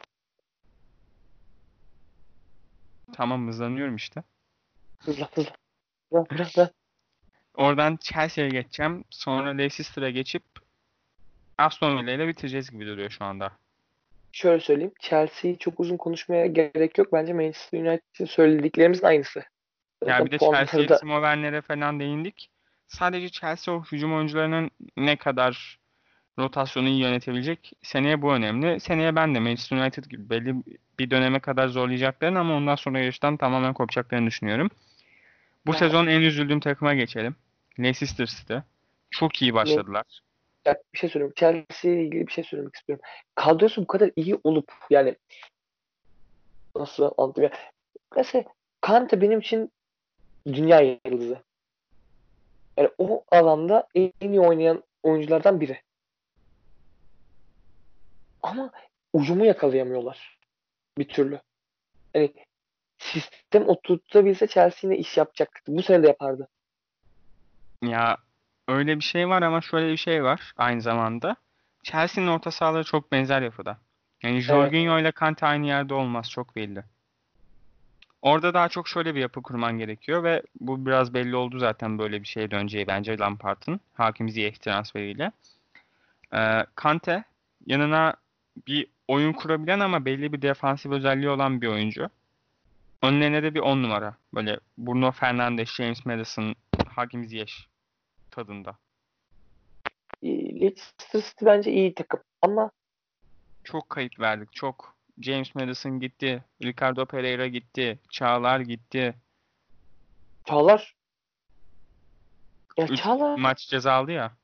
S1: Tamam, hızlanıyorum işte.
S2: Hızlı hızlı. Bırak bırak bırak.
S1: Oradan Chelsea'ye geçeceğim. Sonra Leicester'a geçip Aston Villa ile bitireceğiz gibi duruyor şu anda.
S2: Şöyle söyleyeyim. Chelsea'yi çok uzun konuşmaya gerek yok. Bence Manchester United için söylediklerimizin aynısı.
S1: Ya
S2: Zaten
S1: bir de
S2: puanları
S1: Chelsea'ye,
S2: da
S1: Timo Werner'e falan değindik. Sadece Chelsea o hücum oyuncularının ne kadar rotasyonu iyi yönetebilecek. Seneye bu önemli. Seneye ben de Manchester United gibi belli bir döneme kadar zorlayacaklarını, ama ondan sonra yarıştan tamamen kopacaklarını düşünüyorum. Bu
S2: ya,
S1: sezon en üzüldüğüm takıma geçelim. Leicester City. Çok iyi
S2: ne,
S1: başladılar.
S2: ya bir şey söyleyeyim. Chelsea ile ilgili bir şey söylemek istiyorum. Kadrosu bu kadar iyi olup yani nasıl anlatayım ya. Mesela Kante benim için dünya yıldızı. Yani o alanda en iyi oynayan oyunculardan biri. Ama uyumu yakalayamıyorlar bir türlü. Hani sistem oturtabilse Chelsea yine iş yapacaktı. Bu sene de yapardı.
S1: Ya öyle bir şey var, ama şöyle bir şey var aynı zamanda. Chelsea'nin orta sahaları çok benzer yapıda. Yani
S2: Evet.
S1: Jorginho ile Kante aynı yerde olmaz, çok belli. Orada daha çok şöyle bir yapı kurman gerekiyor ve bu biraz belli oldu zaten, böyle bir şeye döneceği bence Lampard'ın Hakim Ziyech transferiyle. Kante yanına bir oyun kurabilen ama belli bir defansif özelliği olan bir oyuncu. Önlerine de bir 10 numara. Böyle Bruno Fernandes, James Maddison, Hakim Ziyech tadında.
S2: Leicester City bence iyi takım. Ama
S1: Çok kayıp verdik, çok. James Maddison gitti. Ricardo Pereira gitti. Çağlar gitti.
S2: Çağlar, ya
S1: 3
S2: Çağlar,
S1: maç ceza aldı ya.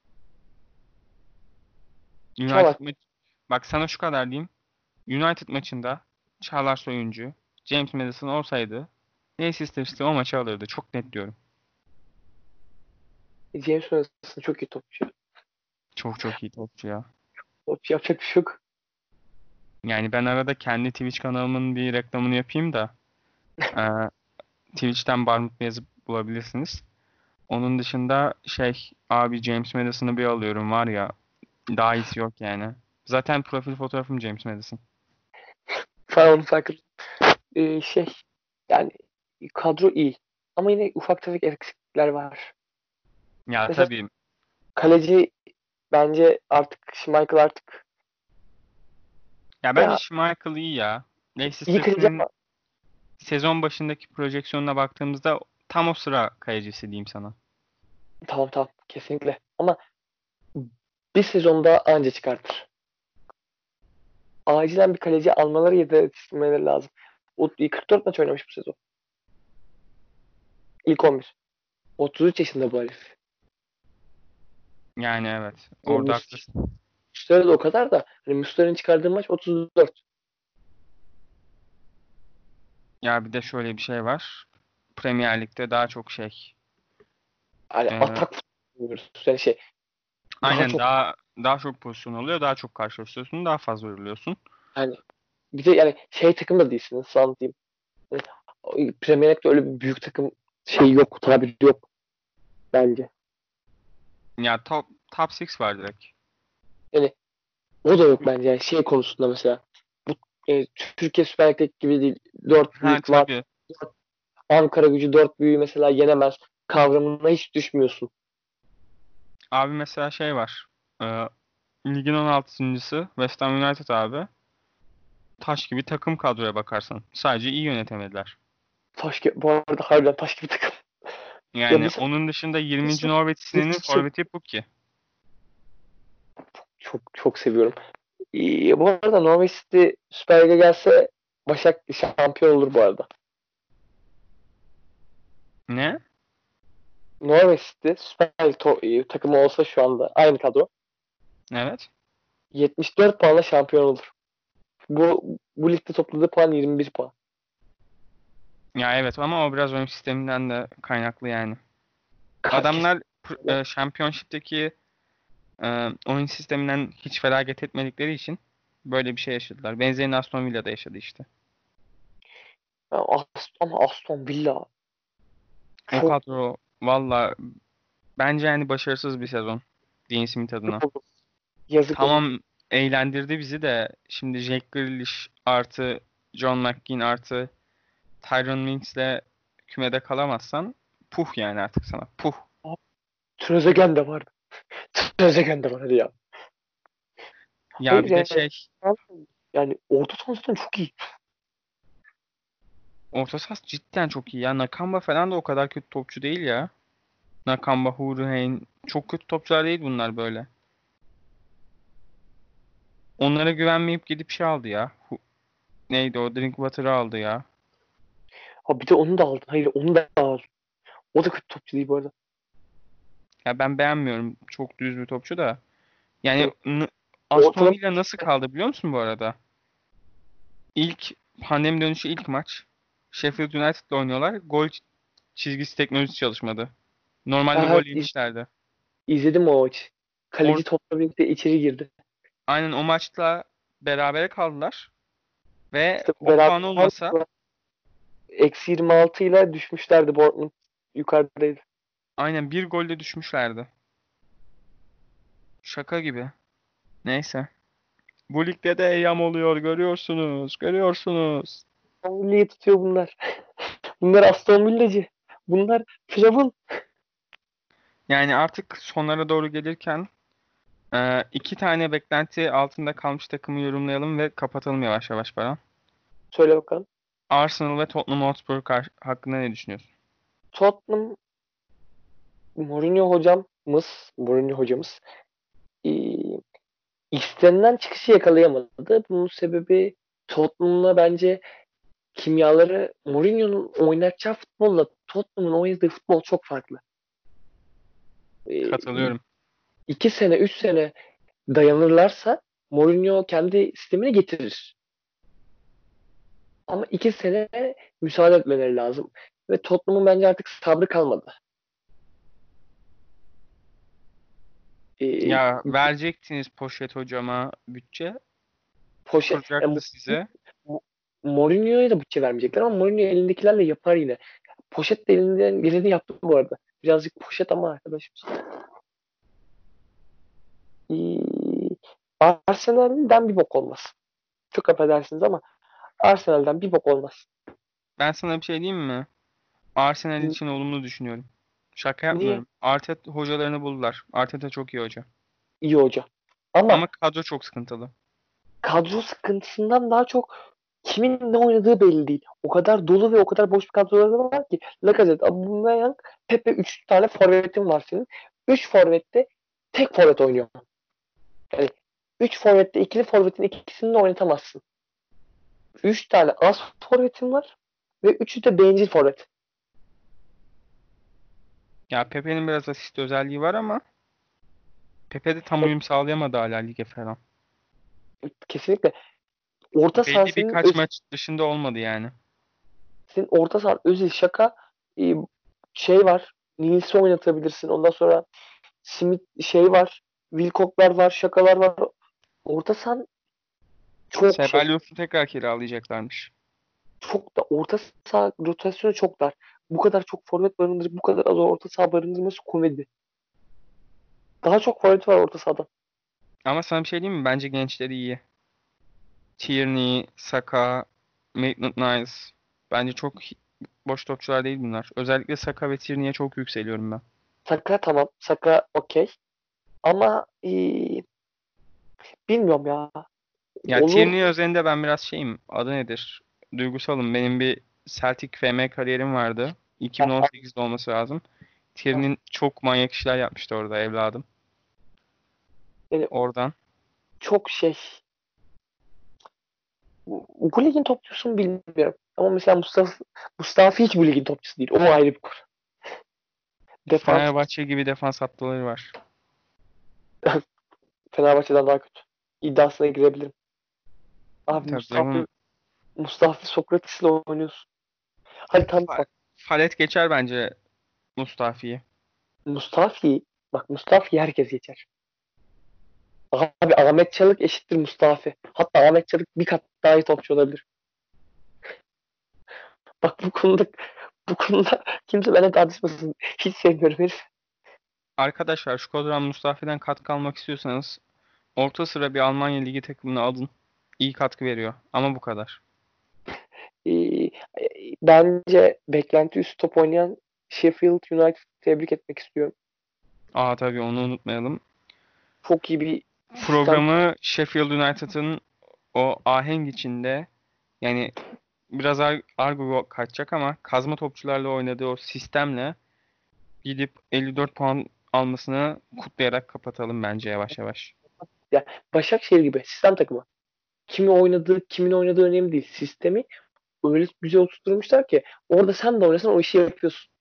S2: Çağlar.
S1: United maç. Bak sana şu kadar diyeyim. United maçında Çağlar Soyuncu, James Maddison olsaydı Leicester City o maçı alırdı. Çok net diyorum.
S2: James Madison çok iyi topçu.
S1: Çok çok iyi topçu ya.
S2: Topçu yapacak bir şey yok.
S1: Yani ben arada kendi Twitch kanalımın bir reklamını yapayım da Twitch'ten Barmut yazıp bulabilirsiniz. Onun dışında abi, James Madison'ı bir alıyorum var ya, daha iyisi yok yani. Zaten profil fotoğrafım James Madison.
S2: Sana onu farkında. Şey, yani kadro iyi. Ama yine ufak tefek eksiklikler var.
S1: Ya
S2: Mesela
S1: tabii,
S2: kaleci bence artık Schmeichel artık
S1: ya bence
S2: ya
S1: Schmeichel iyi ya.
S2: İyi
S1: Leicester
S2: kaleci
S1: City'nin
S2: ama
S1: sezon başındaki projeksiyonuna baktığımızda tam o sıra kalecisi diyeyim sana.
S2: tamam tamam kesinlikle. Ama bir sezonda anca çıkartır. Acilen bir kaleci almaları ya da yetiştirmeleri lazım. O 44 maç oynamış bu sezon. İlk 11. 33 yaşında bu herif.
S1: Yani evet.
S2: Yani
S1: Orada haklısın.
S2: Muslera da o kadar da. Hani Muslera'nın çıkardığı maç 34.
S1: Ya bir de şöyle bir şey var. Premier Lig'de daha çok
S2: Yani
S1: e,
S2: atak futbolu. Yani daha
S1: aynen
S2: çok
S1: daha çok pozisyon oluyor. Daha çok karşılaşıyorsun. Daha fazla yoruluyorsun.
S2: yani bir de yani takım da değilsin. Nasıl anlatayım? Hani Premier Lig'de öyle bir büyük takım yok. Tabiri yok bence.
S1: Ya top 6 var direkt.
S2: Yani o da yok bence. Yani konusunda mesela. Bu Türkiye Süper Lig'deki gibi değil. 4
S1: Ha
S2: büyük var.
S1: tabii.
S2: Ankara Gücü 4 büyüğü mesela yenemez. Kavramına hiç düşmüyorsun.
S1: Abi mesela var. E, Ligin 16.sı West Ham United abi. Taş gibi takım kadroya bakarsan. Sadece iyi yönetemediler.
S2: Bu arada harbiden taş gibi takım. Ya
S1: Yani
S2: mesela
S1: onun dışında 20.
S2: Leicester
S1: Norwich City'nin
S2: Leicester
S1: forveti Pukki.
S2: çok çok seviyorum. Bu arada Norwich City Süper Lig'e gelse Başak şampiyon olur bu arada.
S1: Ne?
S2: Norwich City Süper Lig takımı olsa şu anda aynı kadro.
S1: Evet.
S2: 74 puanla şampiyon olur. Bu ligde topladığı puan 21 puan.
S1: Ya evet ama o biraz oyun sisteminden de kaynaklı yani.
S2: Kesinlikle.
S1: Adamlar Championship'teki oyun sisteminden hiç feragat etmedikleri için böyle bir şey yaşadılar. Benzerini Aston Villa'da yaşadı işte.
S2: Ama Aston Villa
S1: O
S2: çok
S1: kadro valla bence yani başarısız bir sezon Dean Smith adına.
S2: yazık olur. Yazık olur.
S1: Tamam eğlendirdi bizi de şimdi Jack Grealish artı John McGinn artı Tyron Mings'le kümede kalamazsan puh yani artık sana puh.
S2: Trezeguet de var. Trezeguet de var hadi ya.
S1: Ya
S2: Hayır
S1: bir de
S2: yani orta saha zaten çok iyi.
S1: orta saha cidden çok iyi ya. Nakamba falan da o kadar kötü topçu değil ya. Nakamba, Hurricane çok kötü topçular değil bunlar böyle. Onlara güvenmeyip gidip aldı ya. Neydi o? Drinkwater'ı aldı ya.
S2: Ha bir de onu da aldın. Hayır onu da aldın. O da kötü topçu değil bu arada.
S1: Ya ben beğenmiyorum. Çok düz bir topçu da. Yani
S2: Yani
S1: Aston
S2: ortalama
S1: Villa nasıl kaldı biliyor musun bu arada? İlk pandemi dönüşü ilk maç. Sheffield United'la oynuyorlar. Gol çizgisi teknolojisi çalışmadı. Normalde
S2: ha,
S1: gol yemişlerdi.
S2: izledim o maçı.
S1: Or
S2: Kaleci topla birlikte içeri girdi.
S1: Aynen o maçla berabere kaldılar. Ve
S2: İşte
S1: o
S2: beraber
S1: puan olmasa
S2: eksi 26 ile düşmüşlerdi. Bournemouth yukarıdaydı.
S1: aynen bir golle düşmüşlerdi. Şaka gibi. Neyse. Bu ligde de eyyam oluyor görüyorsunuz. Görüyorsunuz.
S2: Aston Villa'yı tutuyor bunlar. Bunlar Aston Villa'cı. Bunlar Firavun.
S1: Yani artık sonlara doğru gelirken iki tane beklenti altında kalmış takımı yorumlayalım ve kapatalım yavaş yavaş Baran.
S2: Söyle bakalım.
S1: Arsenal ve Tottenham Hotspur hakkında ne düşünüyorsun?
S2: Tottenham Mourinho hocamız ee, istenilen çıkışı yakalayamadı. Bunun sebebi Tottenham'la bence kimyaları Mourinho'nun oynatacağı futbolla Tottenham'ın oynadığı futbol çok farklı. Ee,
S1: Katılıyorum.
S2: 2 sene, 3 sene dayanırlarsa Mourinho kendi sistemini getirir. Ama 2 sene müsaade etmeleri lazım. Ve Tottenham'ın bence artık sabrı kalmadı. Ee,
S1: Ya verecektiniz Poşet hocama bütçe.
S2: Yani
S1: Kuracaktı size.
S2: Mourinho'ya da bütçe vermeyecekler ama Mourinho elindekilerle yapar yine. Poşet de elinden geleni yaptı bu arada. Birazcık poşet ama arkadaşımız. Ee, Arsenal'den bir bok olmaz. Çok affedersiniz ama Arsenal'den bir bok olmaz.
S1: Ben sana bir şey diyeyim mi? Arsenal için olumlu düşünüyorum. Şaka
S2: Niye?
S1: yapmıyorum. Arteta hocalarını buldular. Arteta çok iyi hoca.
S2: İyi hoca. Ama
S1: Ama kadro çok sıkıntılı.
S2: kadro sıkıntısından daha çok kimin ne oynadığı belli değil. O kadar dolu ve o kadar boş bir kadroları var ki. Lacazette, Aubameyang, Pepe 3 tane forvetin var senin. 3 forvette tek forvet oynuyor. Yani 3 forvette ikili forvetin ikisini de oynatamazsın. 3 tane az forvetin var ve 3'ü de bencil forvet.
S1: Ya Pepe'nin biraz asist özelliği var ama Pepe de tam
S2: Yani
S1: uyum sağlayamadı hala lige falan.
S2: kesinlikle orta saha
S1: Belli birkaç maç dışında olmadı yani.
S2: senin orta saha Özil, Şaka, e, şey var. Nils'i oynatabilirsin. Ondan sonra Smith şey var. Wilcock'lar var, Şakalar var. Orta sahan çok şey.
S1: Cebalos'u tekrar kiralayacaklarmış.
S2: Çok da orta saha rotasyonu çok dar. Bu kadar çok forvet barındırıp bu kadar az orta saha barındırması komedi. Daha çok forvet var orta sahada.
S1: Ama sana bir şey diyeyim mi? Bence gençleri iyi. Tierney, Saka, Maitland-Niles. Bence çok boş topçular değil bunlar. Özellikle Saka ve Tierney'e çok yükseliyorum ben.
S2: Saka tamam. Saka okey. Ama bilmiyorum ya.
S1: Ya
S2: Olur.
S1: Tierney özelinde ben biraz şeyim. Adı nedir? Duygusalım. Benim bir Celtic FM kariyerim vardı. 2018'de olması lazım. Tierney çok manyak işler yapmıştı orada evladım.
S2: Yani
S1: Oradan.
S2: çok şey. Bu ligin topçusu mu bilmiyorum. Ama mesela Mustafa hiç bu ligin topçusu değil. O ayrı bir konu. Defans
S1: Fenerbahçe gibi defans hatları var.
S2: Fenerbahçe'den daha kötü. İddiasına girebilirim. Abi
S1: Tabii canım.
S2: Mustafa Sokrates'le oynuyorsun. Hadi tam
S1: Fa-
S2: bak.
S1: Falet geçer bence Mustafi'yi.
S2: Mustafi'yi bak Mustafi'yi herkes geçer. Abi Ahmet Çalık eşittir Mustafi. Hatta Ahmet Çalık bir kat daha iyi topçu olabilir. Bak bu konuda kimse benimle tartışmasın. Hiç sevmiyorum herif.
S1: Arkadaşlar şu Kodran Mustafi'den katkı almak istiyorsanız orta sıra bir Almanya Ligi takımını alın. İyi katkı veriyor. Ama bu kadar.
S2: Ee, bence beklenti üstü top oynayan Sheffield United tebrik etmek istiyorum.
S1: Aa tabii onu unutmayalım.
S2: Çok iyi bir sistem.
S1: Programı Sheffield United'ın o ahenk içinde yani biraz argo kaçacak ama kazma topçularla oynadığı o sistemle gidip 54 puan almasını kutlayarak kapatalım bence yavaş yavaş.
S2: Ya Başakşehir gibi sistem takımı. Kimin oynadığı önemli değil. Sistemi öyle güzel oturtmuşlar ki orada sen de oynasan o işi yapıyorsun.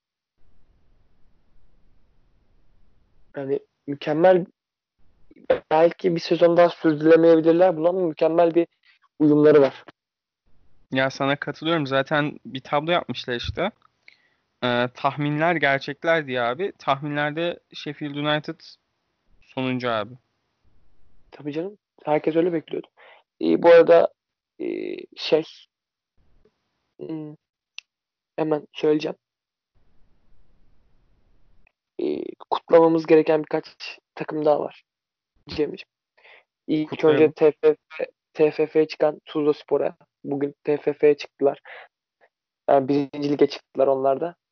S2: Yani mükemmel, belki bir sezon daha sürdüremeyebilirler bunu ama mükemmel bir uyumları var.
S1: Ya sana katılıyorum. Zaten bir tablo yapmışlar işte. Tahminler gerçekler diye abi. Tahminlerde Sheffield United sonuncu abi.
S2: Tabii canım. Herkes öyle bekliyordu. Bu arada şey hmm, hemen söyleyeceğim. Kutlamamız gereken birkaç takım daha var Cem'ciğim. İlk önce
S1: Kutlayalım.
S2: TFF'ye çıkan Tuzlaspor'a. Bugün TFF'ye çıktılar. Yani birinci lige çıktılar onlar da.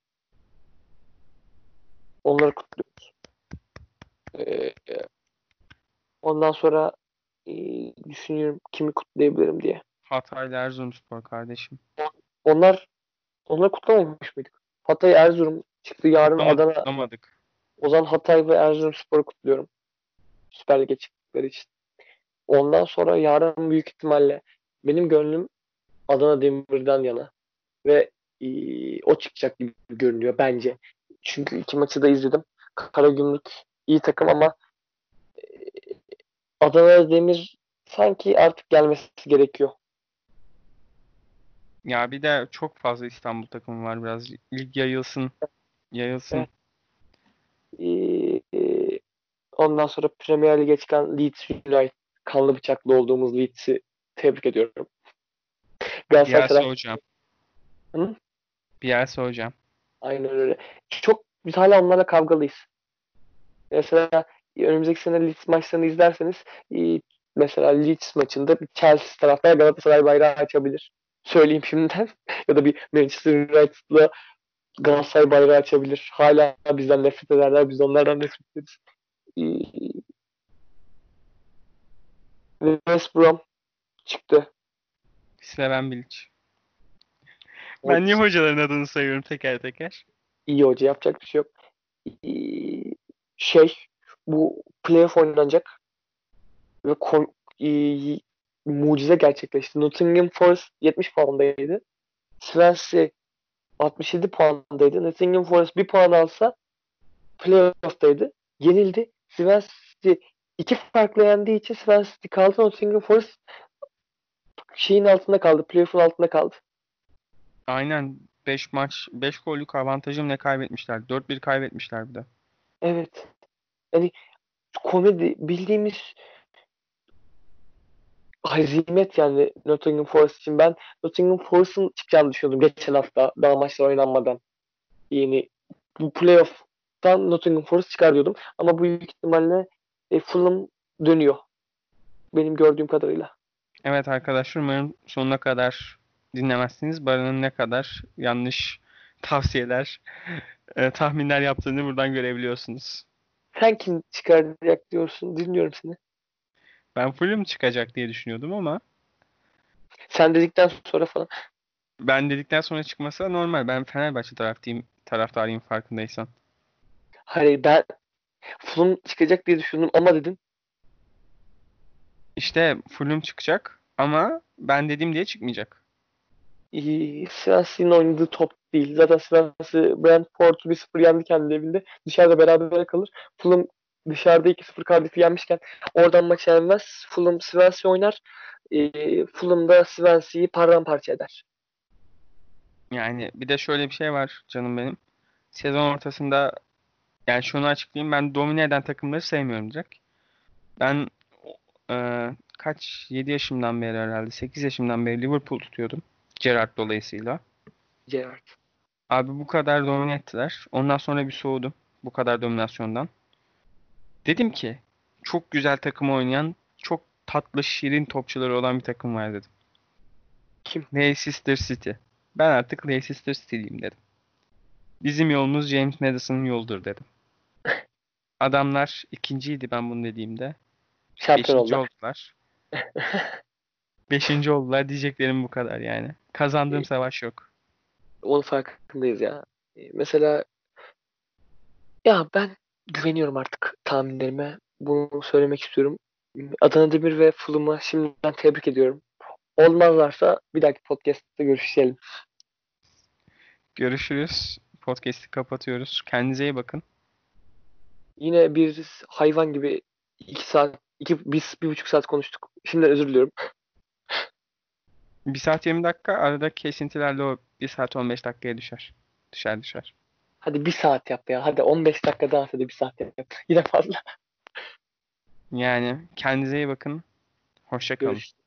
S2: Onları kutluyoruz. Ee, ondan sonra düşünüyorum kimi kutlayabilirim diye.
S1: Hatay'la Erzurumspor kardeşim.
S2: Onlar onları kutlamamış mıydık? Hatay Erzurum çıktı. Yarın
S1: Kutlamadık,
S2: Adana.
S1: kutlamadık.
S2: O zaman Hatay ve Erzurumspor'u kutluyorum. Süper Lig'e çıktıkları için. Ondan sonra yarın büyük ihtimalle benim gönlüm Adana Demir'den yana. Ve o çıkacak gibi görünüyor bence. Çünkü iki maçı da izledim. Karagümrük iyi takım ama Adana Demir sanki artık gelmesi gerekiyor.
S1: Ya bir de çok fazla İstanbul takımı var. Biraz lig yayılsın, yayılsın.
S2: Evet. Ondan sonra Premier Lig'e çıkan Leeds United, kanlı bıçaklı olduğumuz Leeds'i tebrik ediyorum. Galatasaray
S1: Bielsa
S2: taraf.
S1: hocam.
S2: Hı?
S1: Bielsa hocam.
S2: Aynen öyle. Çok biz hala onlarla kavgalıyız. Mesela önümüzdeki sene Leeds maçlarını izlerseniz mesela Leeds maçında bir Chelsea taraftar Galatasaray bayrağı açabilir. Söyleyeyim şimdiden. Ya da bir Manchester United'la Galatasaray bayrağı açabilir. Hala bizden nefret ederler. Biz onlardan nefret ederiz. West Brom çıktı.
S1: Slaven Bilic.
S2: O
S1: Ben niye hocaların adını sayıyorum teker teker?
S2: iyi hoca, yapacak bir şey yok. Ee, Şey, bu playoff oynanacak ve mucize gerçekleşti. Nottingham Forest 70 puandaydı. Swansea 67 puandaydı. Nottingham Forest bir puan alsa playoff'taydı. Yenildi. Swansea iki farklı yendiği için Swansea kaldı. Nottingham Forest şeyin altında kaldı. Playoff'un altında kaldı.
S1: Aynen 5 maç 5 gollük avantajım ne kaybetmişler. 4-1 kaybetmişler bir de.
S2: Evet. Yani komedi bildiğimiz hazimet yani Nottingham Forest için. Ben Nottingham Forest'ın çıkacağını düşünüyordum geçen hafta daha maçlar oynanmadan. Yeni bu playoff'tan Nottingham Forest çıkar diyordum. Ama bu büyük ihtimalle Fulham dönüyor. Benim gördüğüm kadarıyla.
S1: Evet arkadaşlar umarım sonuna kadar dinlemezsiniz. Baran'ın ne kadar yanlış tavsiyeler, tahminler yaptığını buradan görebiliyorsunuz.
S2: Sen kim çıkaracak diyorsun. Dinliyorum seni.
S1: Ben Fulham çıkacak diye düşünüyordum ama
S2: Sen dedikten sonra falan.
S1: ben dedikten sonra çıkmasa normal. Ben Fenerbahçe taraftarıyım farkındaysan.
S2: Hayır, ben Fulham çıkacak diye düşündüm ama dedin.
S1: İşte Fulham çıkacak ama ben dediğim diye çıkmayacak.
S2: Swansea'nin oynadığı top değil. Zaten Swansea Brentford'u 1-0 yendi kendi evinde. Dışarıda berabere kalır. Fulham dışarıda 2-0 Cardiff'i yenmişken oradan maç yenmez. Fulham Swansea oynar. Fulham da Swansea'yi paramparça eder.
S1: Yani bir de şöyle bir şey var canım benim. Sezon ortasında yani şunu açıklayayım, ben domine eden takımları sevmiyorum direkt. Ben kaç 7 yaşımdan beri herhalde 8 yaşımdan beri Liverpool tutuyordum. Gerrard dolayısıyla.
S2: Gerrard.
S1: Abi bu kadar domine ettiler. Ondan sonra bir soğudum bu kadar dominasyondan. Dedim ki çok güzel takım oynayan, çok tatlı şirin topçuları olan bir takım var dedim.
S2: Kim?
S1: Leicester City. Ben artık Leicester City'liyim dedim. Bizim yolumuz James Maddison'ın yoludur dedim. Adamlar ikinciydi ben bunu dediğimde.
S2: Şampiyon
S1: Beşinci
S2: oldular.
S1: oldular. Beşinci oldular diyeceklerim bu kadar yani. Kazandığım savaş yok.
S2: Onun farkındayız ya. Mesela ya ben güveniyorum artık tahminlerime. Bunu söylemek istiyorum. Adana Demir ve Fulham'ı şimdiden tebrik ediyorum. Olmazlarsa bir dahaki podcast'te görüşelim.
S1: Görüşürüz. Podcast'i kapatıyoruz. Kendinize iyi bakın.
S2: Yine bir hayvan gibi 2 saat, biz 1,5 saat konuştuk. Şimdiden özür diliyorum.
S1: 1 saat 20 dakika arada kesintilerle o 1 saat 15 dakikaya düşer. Düşer.
S2: Hadi 1 saat yap ya. Hadi 15 dakika daha hadi 1 saat yap. Yine fazla.
S1: Yani kendinize iyi bakın. Hoşça kalın.
S2: Görüş.